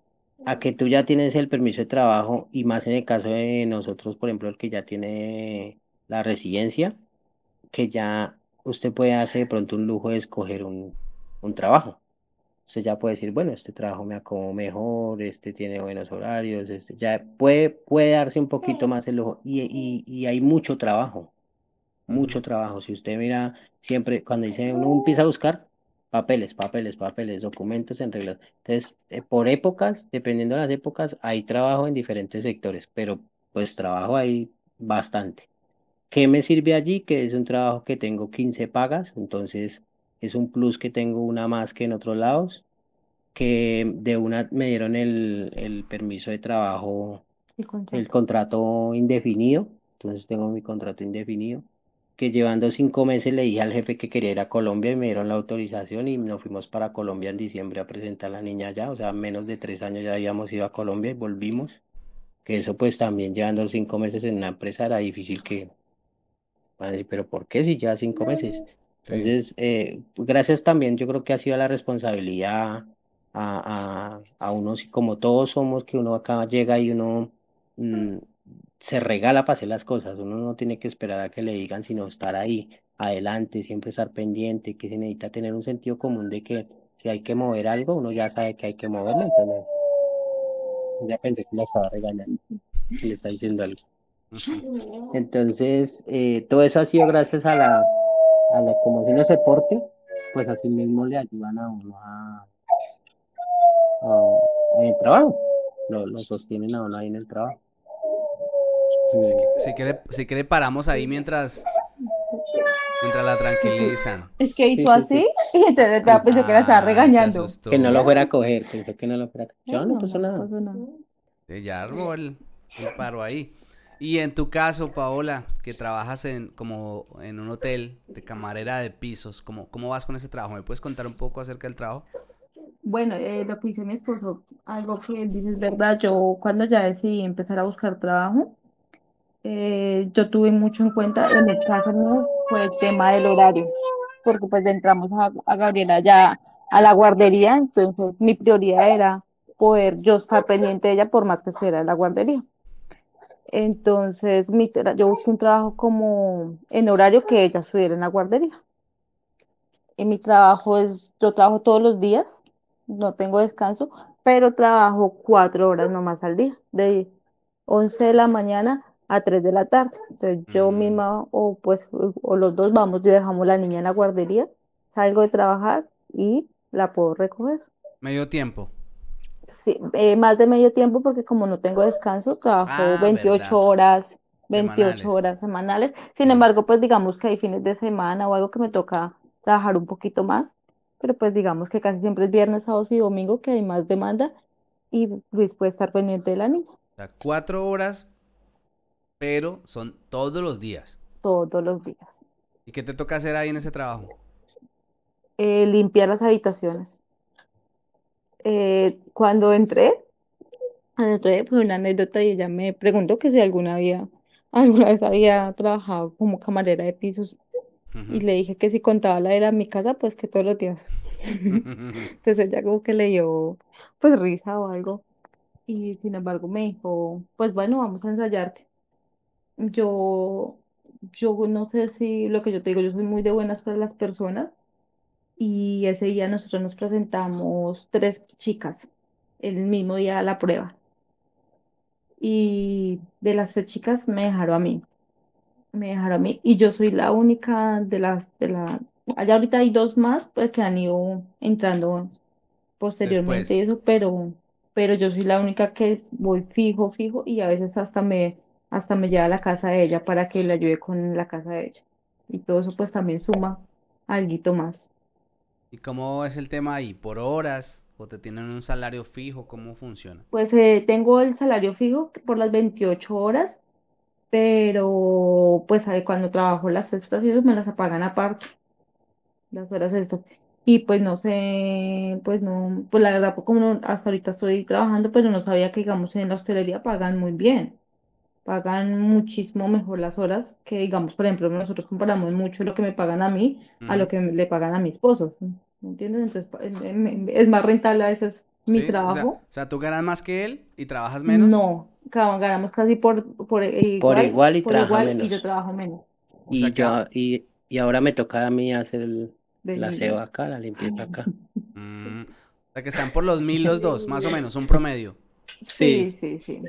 a que tú ya tienes el permiso de trabajo y más en el caso de nosotros, por ejemplo, el que ya tiene la residencia, que ya usted puede hacer de pronto un lujo de escoger un trabajo. Usted ya puede decir, bueno, este trabajo me acomoda mejor, este tiene buenos horarios, este ya puede darse un poquito más el lujo. Y hay mucho trabajo, Ujú. mucho trabajo. Si usted mira, siempre cuando dice uno empieza a buscar papeles, papeles, papeles, documentos en regla. Entonces, por épocas, dependiendo de las épocas, hay trabajo en diferentes sectores, pero pues trabajo hay bastante. ¿Qué me sirve allí? Que es un trabajo que tengo 15 pagas, entonces es un plus que tengo una más que en otros lados, que de una me dieron el permiso de trabajo, el el contrato. contrato indefinido, entonces tengo mi contrato indefinido, que llevando 5 meses le dije al jefe que quería ir a Colombia y me dieron la autorización y nos fuimos para Colombia en diciembre a presentar a la niña allá, o sea, menos de 3 años ya habíamos ido a Colombia y volvimos, que eso pues también llevando 5 meses en una empresa era difícil que Madre, pero ¿por qué si ya 5 meses? Sí. Entonces, gracias también, yo creo que ha sido la responsabilidad a uno, como todos somos, que uno acá llega y uno mm, se regala para hacer las cosas. Uno no tiene que esperar a que le digan, sino estar ahí, adelante, siempre estar pendiente, que se necesita tener un sentido común de que si hay que mover algo, uno ya sabe que hay que moverlo. Entonces, ya pensé que la estaba regañando, que le está diciendo algo. Ujú. Entonces, todo eso ha sido gracias a la como si no se porte, pues así mismo le ayudan a uno en el trabajo, lo sostienen a uno ahí en el trabajo. Y, Si quiere paramos ahí mientras la tranquilizan. Es que sí, hizo sí, así sí, y entonces ya pensé que la estaba Ay, se regañando. que no lo asustó. fuera a coger, pensó que no lo fuera a coger. No, Yo no no, pasó no nada. pasó nada. Ya armó el paro ahí. Y en tu caso, Paola, que trabajas como en un hotel de camarera de pisos, ¿cómo vas con ese trabajo? ¿Me puedes contar un poco acerca del trabajo? Bueno, lo que dice mi esposo, algo que él dice es verdad. Yo cuando ya decidí empezar a buscar trabajo, yo tuve mucho en cuenta, en el caso mío, fue el tema del horario, porque pues entramos a Gabriela ya a la guardería, entonces mi prioridad era poder yo estar pendiente de ella por más que estuviera en la guardería. Entonces, yo busqué un trabajo como en horario que ella estuviera en la guardería. Y mi trabajo yo trabajo todos los días, no tengo descanso, pero trabajo 4 horas nomás al día, de 11 de la mañana a 3 de la tarde. Entonces yo Mm, misma o pues o los dos vamos y dejamos la niña en la guardería, salgo de trabajar y la puedo recoger. medio tiempo. Sí, más de medio tiempo porque como no tengo descanso, trabajo Ah, 28 verdad. horas, 28 Semanales. horas semanales. Sin Sí. embargo, pues digamos que hay fines de semana o algo que me toca trabajar un poquito más, pero pues digamos que casi siempre es viernes, sábado y domingo que hay más demanda y Luis puede estar pendiente de la niña O sea, 4 horas, pero son todos los días. todos los días. ¿Y qué te toca hacer ahí en ese trabajo? Limpiar las habitaciones. Cuando entré, fue una anécdota y ella me preguntó que si alguna vez había trabajado como camarera de pisos. Y Ujú. le dije que si contaba la de mi casa, pues que todos los días. Entonces ella como que le dio pues risa o algo. Y sin embargo me dijo, pues bueno, vamos a ensayarte. Yo, yo no sé si lo que yo te digo, yo soy muy de buenas para las personas. Y ese día nosotros nos presentamos 3 chicas, el mismo día de la prueba. Y de las 3 chicas me dejaron a mí y yo soy la única allá ahorita hay 2 más pues que han ido entrando posteriormente Después. y eso, pero yo soy la única que voy fijo, fijo y a veces hasta me lleva a la casa de ella para que le ayude con la casa de ella. Y todo eso pues también suma alguito más. ¿Y cómo es el tema ahí? ¿Por horas? ¿O te tienen un salario fijo? ¿Cómo funciona? Pues tengo el salario fijo por las 28 horas, pero pues cuando trabajo las extras y eso me las pagan aparte. Las horas estas. Y pues no sé, pues no, pues la verdad, pues como hasta ahorita estoy trabajando, pero no sabía que, digamos, en la hostelería pagan muy bien, pagan muchísimo mejor las horas que, digamos, por ejemplo, nosotros comparamos mucho lo que me pagan a mí a lo Ujú. que le pagan a mi esposo, ¿me entiendes? Entonces, es más rentable a veces, Mi ¿Sí? O sea, trabajo, tú ganas más que él y trabajas menos. no, ganamos casi Por igual y por trabaja igual y yo menos. trabajo menos O sea Y que... yo, y ahora me toca a mí hacer del la aseo niño. acá, la limpieza acá. o sea que están por los 1000 los dos, más o menos, un promedio. Sí, Sí, sí, sí.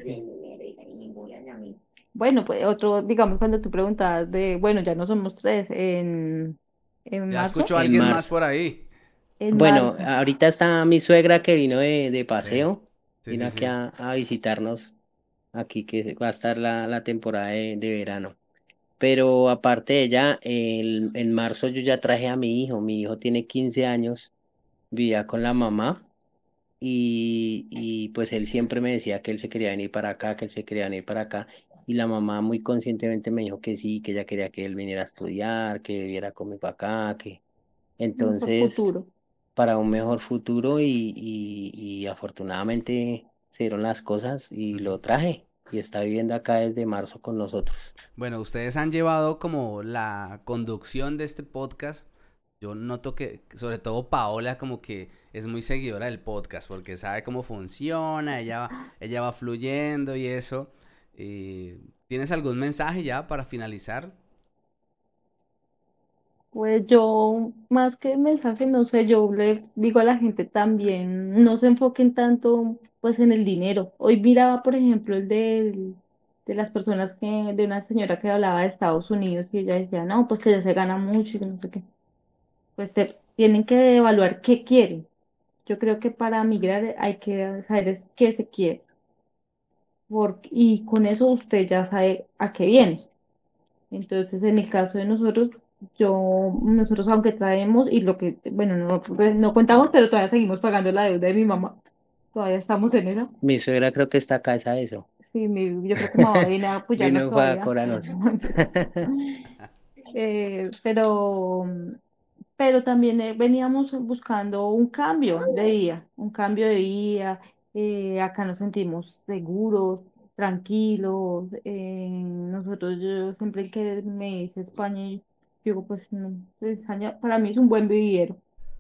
Bueno, pues otro, digamos, cuando tú preguntabas de, bueno, ya no somos tres, en Ya marzo, escucho a en alguien más marzo. por ahí. en Bueno, marzo. ahorita está mi suegra que vino de Sí, paseo, sí, vino sí, aquí sí. a visitarnos, aquí que va a estar la temporada de verano. Pero aparte de ella, en marzo yo ya traje a mi hijo tiene 15 años, vivía con la mamá y pues él siempre me decía que él se quería venir para acá, que él se quería venir para acá. Y la mamá muy conscientemente me dijo que sí, que ella quería que él viniera a estudiar, que viviera conmigo acá, que Mejor entonces futuro. para un mejor futuro y afortunadamente se dieron las cosas y Ujú. lo traje y está viviendo acá desde marzo con nosotros. Bueno, ustedes han llevado como la conducción de este podcast. Yo noto que, sobre todo Paola, como que es muy seguidora del podcast porque sabe cómo funciona, ella va fluyendo y eso. ¿Tienes algún mensaje ya para finalizar? Pues yo, más que mensaje, no sé, yo le digo a la gente también, no se enfoquen tanto pues en el dinero. Hoy miraba, por ejemplo, de las personas de una señora que hablaba de Estados Unidos y ella decía, no, pues que ya se gana mucho y que no sé qué. Pues tienen que evaluar qué quieren. Yo creo que para migrar hay que saber es qué se quiere. Y con eso usted ya sabe a qué viene. Entonces, en el caso de nosotros, nosotros aunque traemos y lo que, bueno, no, pues, no contamos, pero todavía seguimos pagando la deuda de mi mamá. Todavía estamos en esa. Mi suegra creo que está acá, es eso. Sí, yo creo que mamá viene a apoyarnos Vino para todavía. cobrarnos. Pero, pero también veníamos buscando un cambio de vida, un cambio de vida. Acá nos sentimos seguros, tranquilos. Nosotros, yo siempre que me dice España, yo digo, pues no, España para mí es un buen vivir,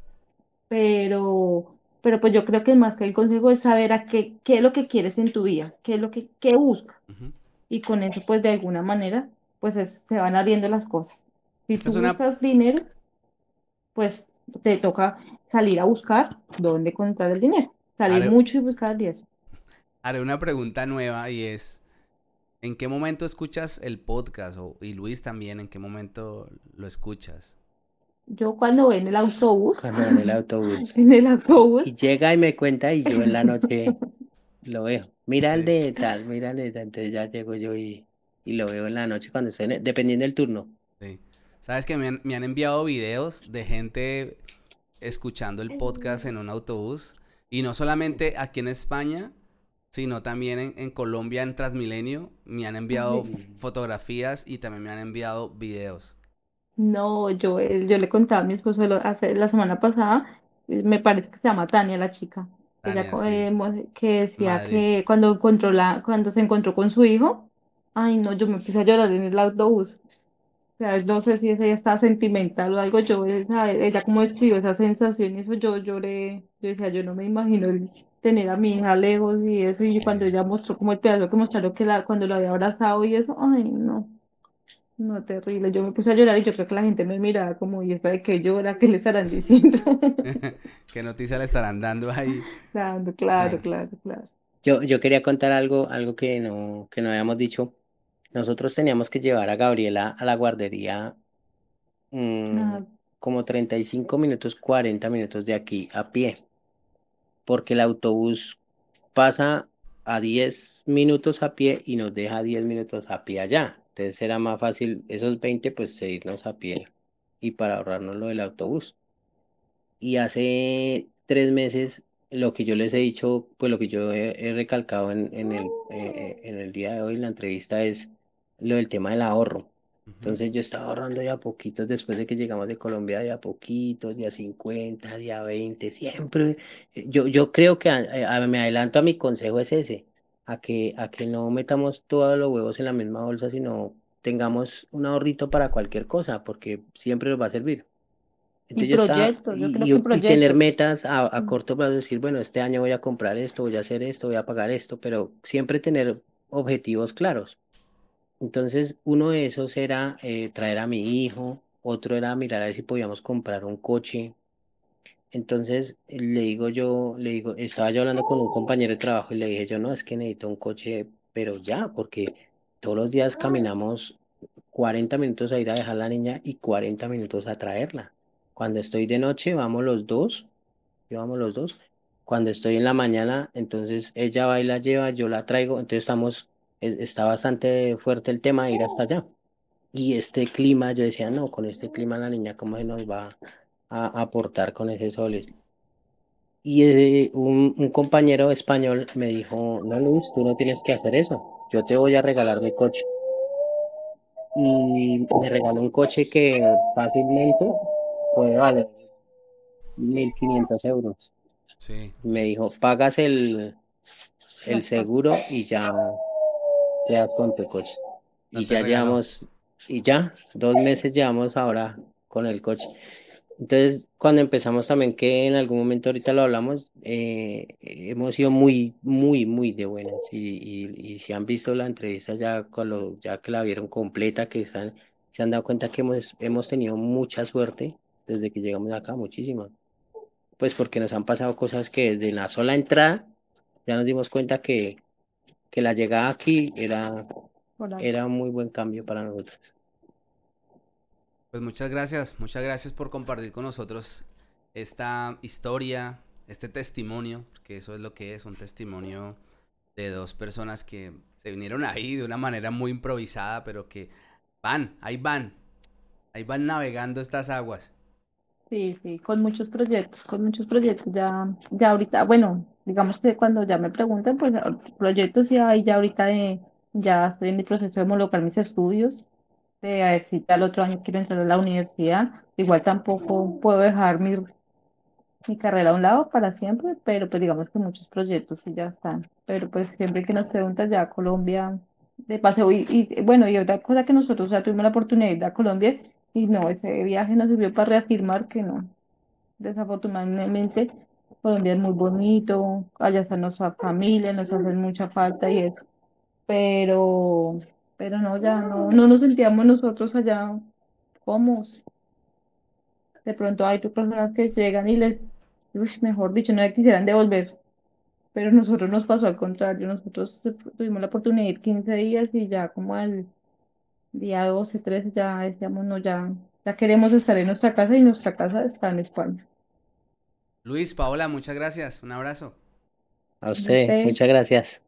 pero pues yo creo que más que el consejo es saber qué es lo que quieres en tu vida, qué es lo qué buscas. Ujú. Y con eso, pues de alguna manera, pues se van abriendo las cosas. Si Esta tú es una... buscas dinero, pues te toca salir a buscar dónde encontrar el dinero. Salir Haré, mucho y buscar y eso. haré una pregunta nueva y es... ¿En qué momento escuchas el podcast? Y Luis también, ¿en qué momento lo escuchas? Yo cuando voy en el autobús, Cuando en el autobús. en el autobús, Y llega y me cuenta y yo en la noche lo veo. Mira el Sí, de tal, mira el de tal. Entonces ya llego yo y lo veo en la noche cuando estoy dependiendo del turno. sí. ¿Sabes que me han enviado videos de gente escuchando el podcast en un autobús? Y no solamente aquí en España, sino también en Colombia, en Transmilenio. Me han enviado ay, fotografías y también me han enviado videos. no, yo le contaba a mi esposo hace la semana pasada, me parece que se llama Tania la chica, ella Tania, sí. que decía Madrid. que cuando se encontró con su hijo, ay no, yo me puse a llorar en el autobús. O sea, no sé si ella está sentimental o algo, ella como describió esa sensación y eso yo lloré, yo decía, yo no me imagino tener a mi hija lejos y eso, y cuando Eh, ella mostró como el pedazo que mostraron cuando lo había abrazado y eso, ay no, no, terrible, yo me puse a llorar y yo creo que la gente me miraba como, ¿y esta de qué llora? ¿Qué le estarán diciendo? ¿Qué noticia le estarán dando ahí? Claro, claro, Eh, claro, claro. Yo quería contar algo que no habíamos dicho. Nosotros teníamos que llevar a Gabriela a la guardería mm, Ah, como 35 minutos, 40 minutos de aquí a pie, porque el autobús pasa a 10 minutos a pie y nos deja 10 minutos a pie allá. Entonces era más fácil esos 20 pues seguirnos a pie y para ahorrarnos lo del autobús. Y hace 3 meses lo que yo les he dicho, pues lo que yo he recalcado en el día de hoy en la entrevista es lo del tema del ahorro. ujú. Entonces yo estaba ahorrando de a poquitos después de que llegamos de Colombia, de a poquitos, de a 50, de a 20 siempre. Yo creo que me adelanto a mi consejo es ese, a que no metamos todos los huevos en la misma bolsa, sino tengamos un ahorrito para cualquier cosa, porque siempre nos va a servir. Y Entonces yo estaba, proyectos, yo creo que y tener proyectos. metas a Mm. corto plazo, decir, bueno, este año voy a comprar esto, voy a hacer esto, voy a pagar esto, pero siempre tener objetivos claros. Entonces, uno de esos era traer a mi hijo, otro era mirar a ver si podíamos comprar un coche. Entonces, le digo, estaba yo hablando con un compañero de trabajo y le dije yo, no, es que necesito un coche, pero ya, porque todos los días caminamos 40 minutos a ir a dejar a la niña y 40 minutos a traerla. Cuando estoy de noche, vamos los dos, llevamos los dos. Cuando estoy en la mañana, entonces ella va y la lleva, yo la traigo, entonces está bastante fuerte el tema de ir hasta allá. Y este clima, yo decía, no, con este clima la niña, ¿cómo se nos va a aportar con ese sol? Y un compañero español me dijo, no, Luis, tú no tienes que hacer eso, yo te voy a regalar mi coche. Y me regaló un coche que fácilmente puede valer 1.500 euros. Sí, Me dijo, pagas el Las cosas. seguro y ya quedas con tu coche. no Y te ya regaló. llevamos, y ya, 2 meses llevamos ahora con el coche. Entonces, cuando empezamos también, que en algún momento ahorita lo hablamos, hemos sido muy, muy, muy de buenas. Y si han visto la entrevista ya, ya que la vieron completa, se han dado cuenta que hemos tenido mucha suerte desde que llegamos acá, muchísima. Pues porque nos han pasado cosas que desde la sola entrada ya nos dimos cuenta que la llegada aquí Por algo. era un muy buen cambio para nosotros. Pues muchas gracias por compartir con nosotros esta historia, este testimonio, porque eso es lo que es, un testimonio de dos personas que se vinieron ahí de una manera muy improvisada, pero que ahí van navegando estas aguas. Sí, sí, con muchos proyectos, con muchos proyectos. Ya ahorita, bueno, digamos que cuando ya me preguntan, pues proyectos y ahí ya ahorita ya estoy en el proceso de homologar mis estudios, de a ver si ya el otro año quiero entrar a la universidad. Igual tampoco puedo dejar mi carrera a un lado para siempre, pero pues digamos que muchos proyectos sí ya están. Pero pues siempre que nos preguntas ya Colombia de paseo bueno, y otra cosa que nosotros ya tuvimos la oportunidad de ir a Colombia y no, ese viaje nos sirvió para reafirmar que no. Desafortunadamente, Colombia es muy bonito, allá está nuestra familia, nos hacen mucha falta y eso, pero, pero no, ya no nos sentíamos nosotros allá cómodos. De pronto hay personas que llegan y uy, mejor dicho, no le quisieran devolver, pero nosotros nos pasó al contrario, nosotros tuvimos la oportunidad de ir 15 días y ya como al día 12 13 ya decíamos, no, ya queremos estar en nuestra casa y nuestra casa está en España. Luis, Paola, muchas gracias. Un abrazo. A usted, Este, muchas gracias.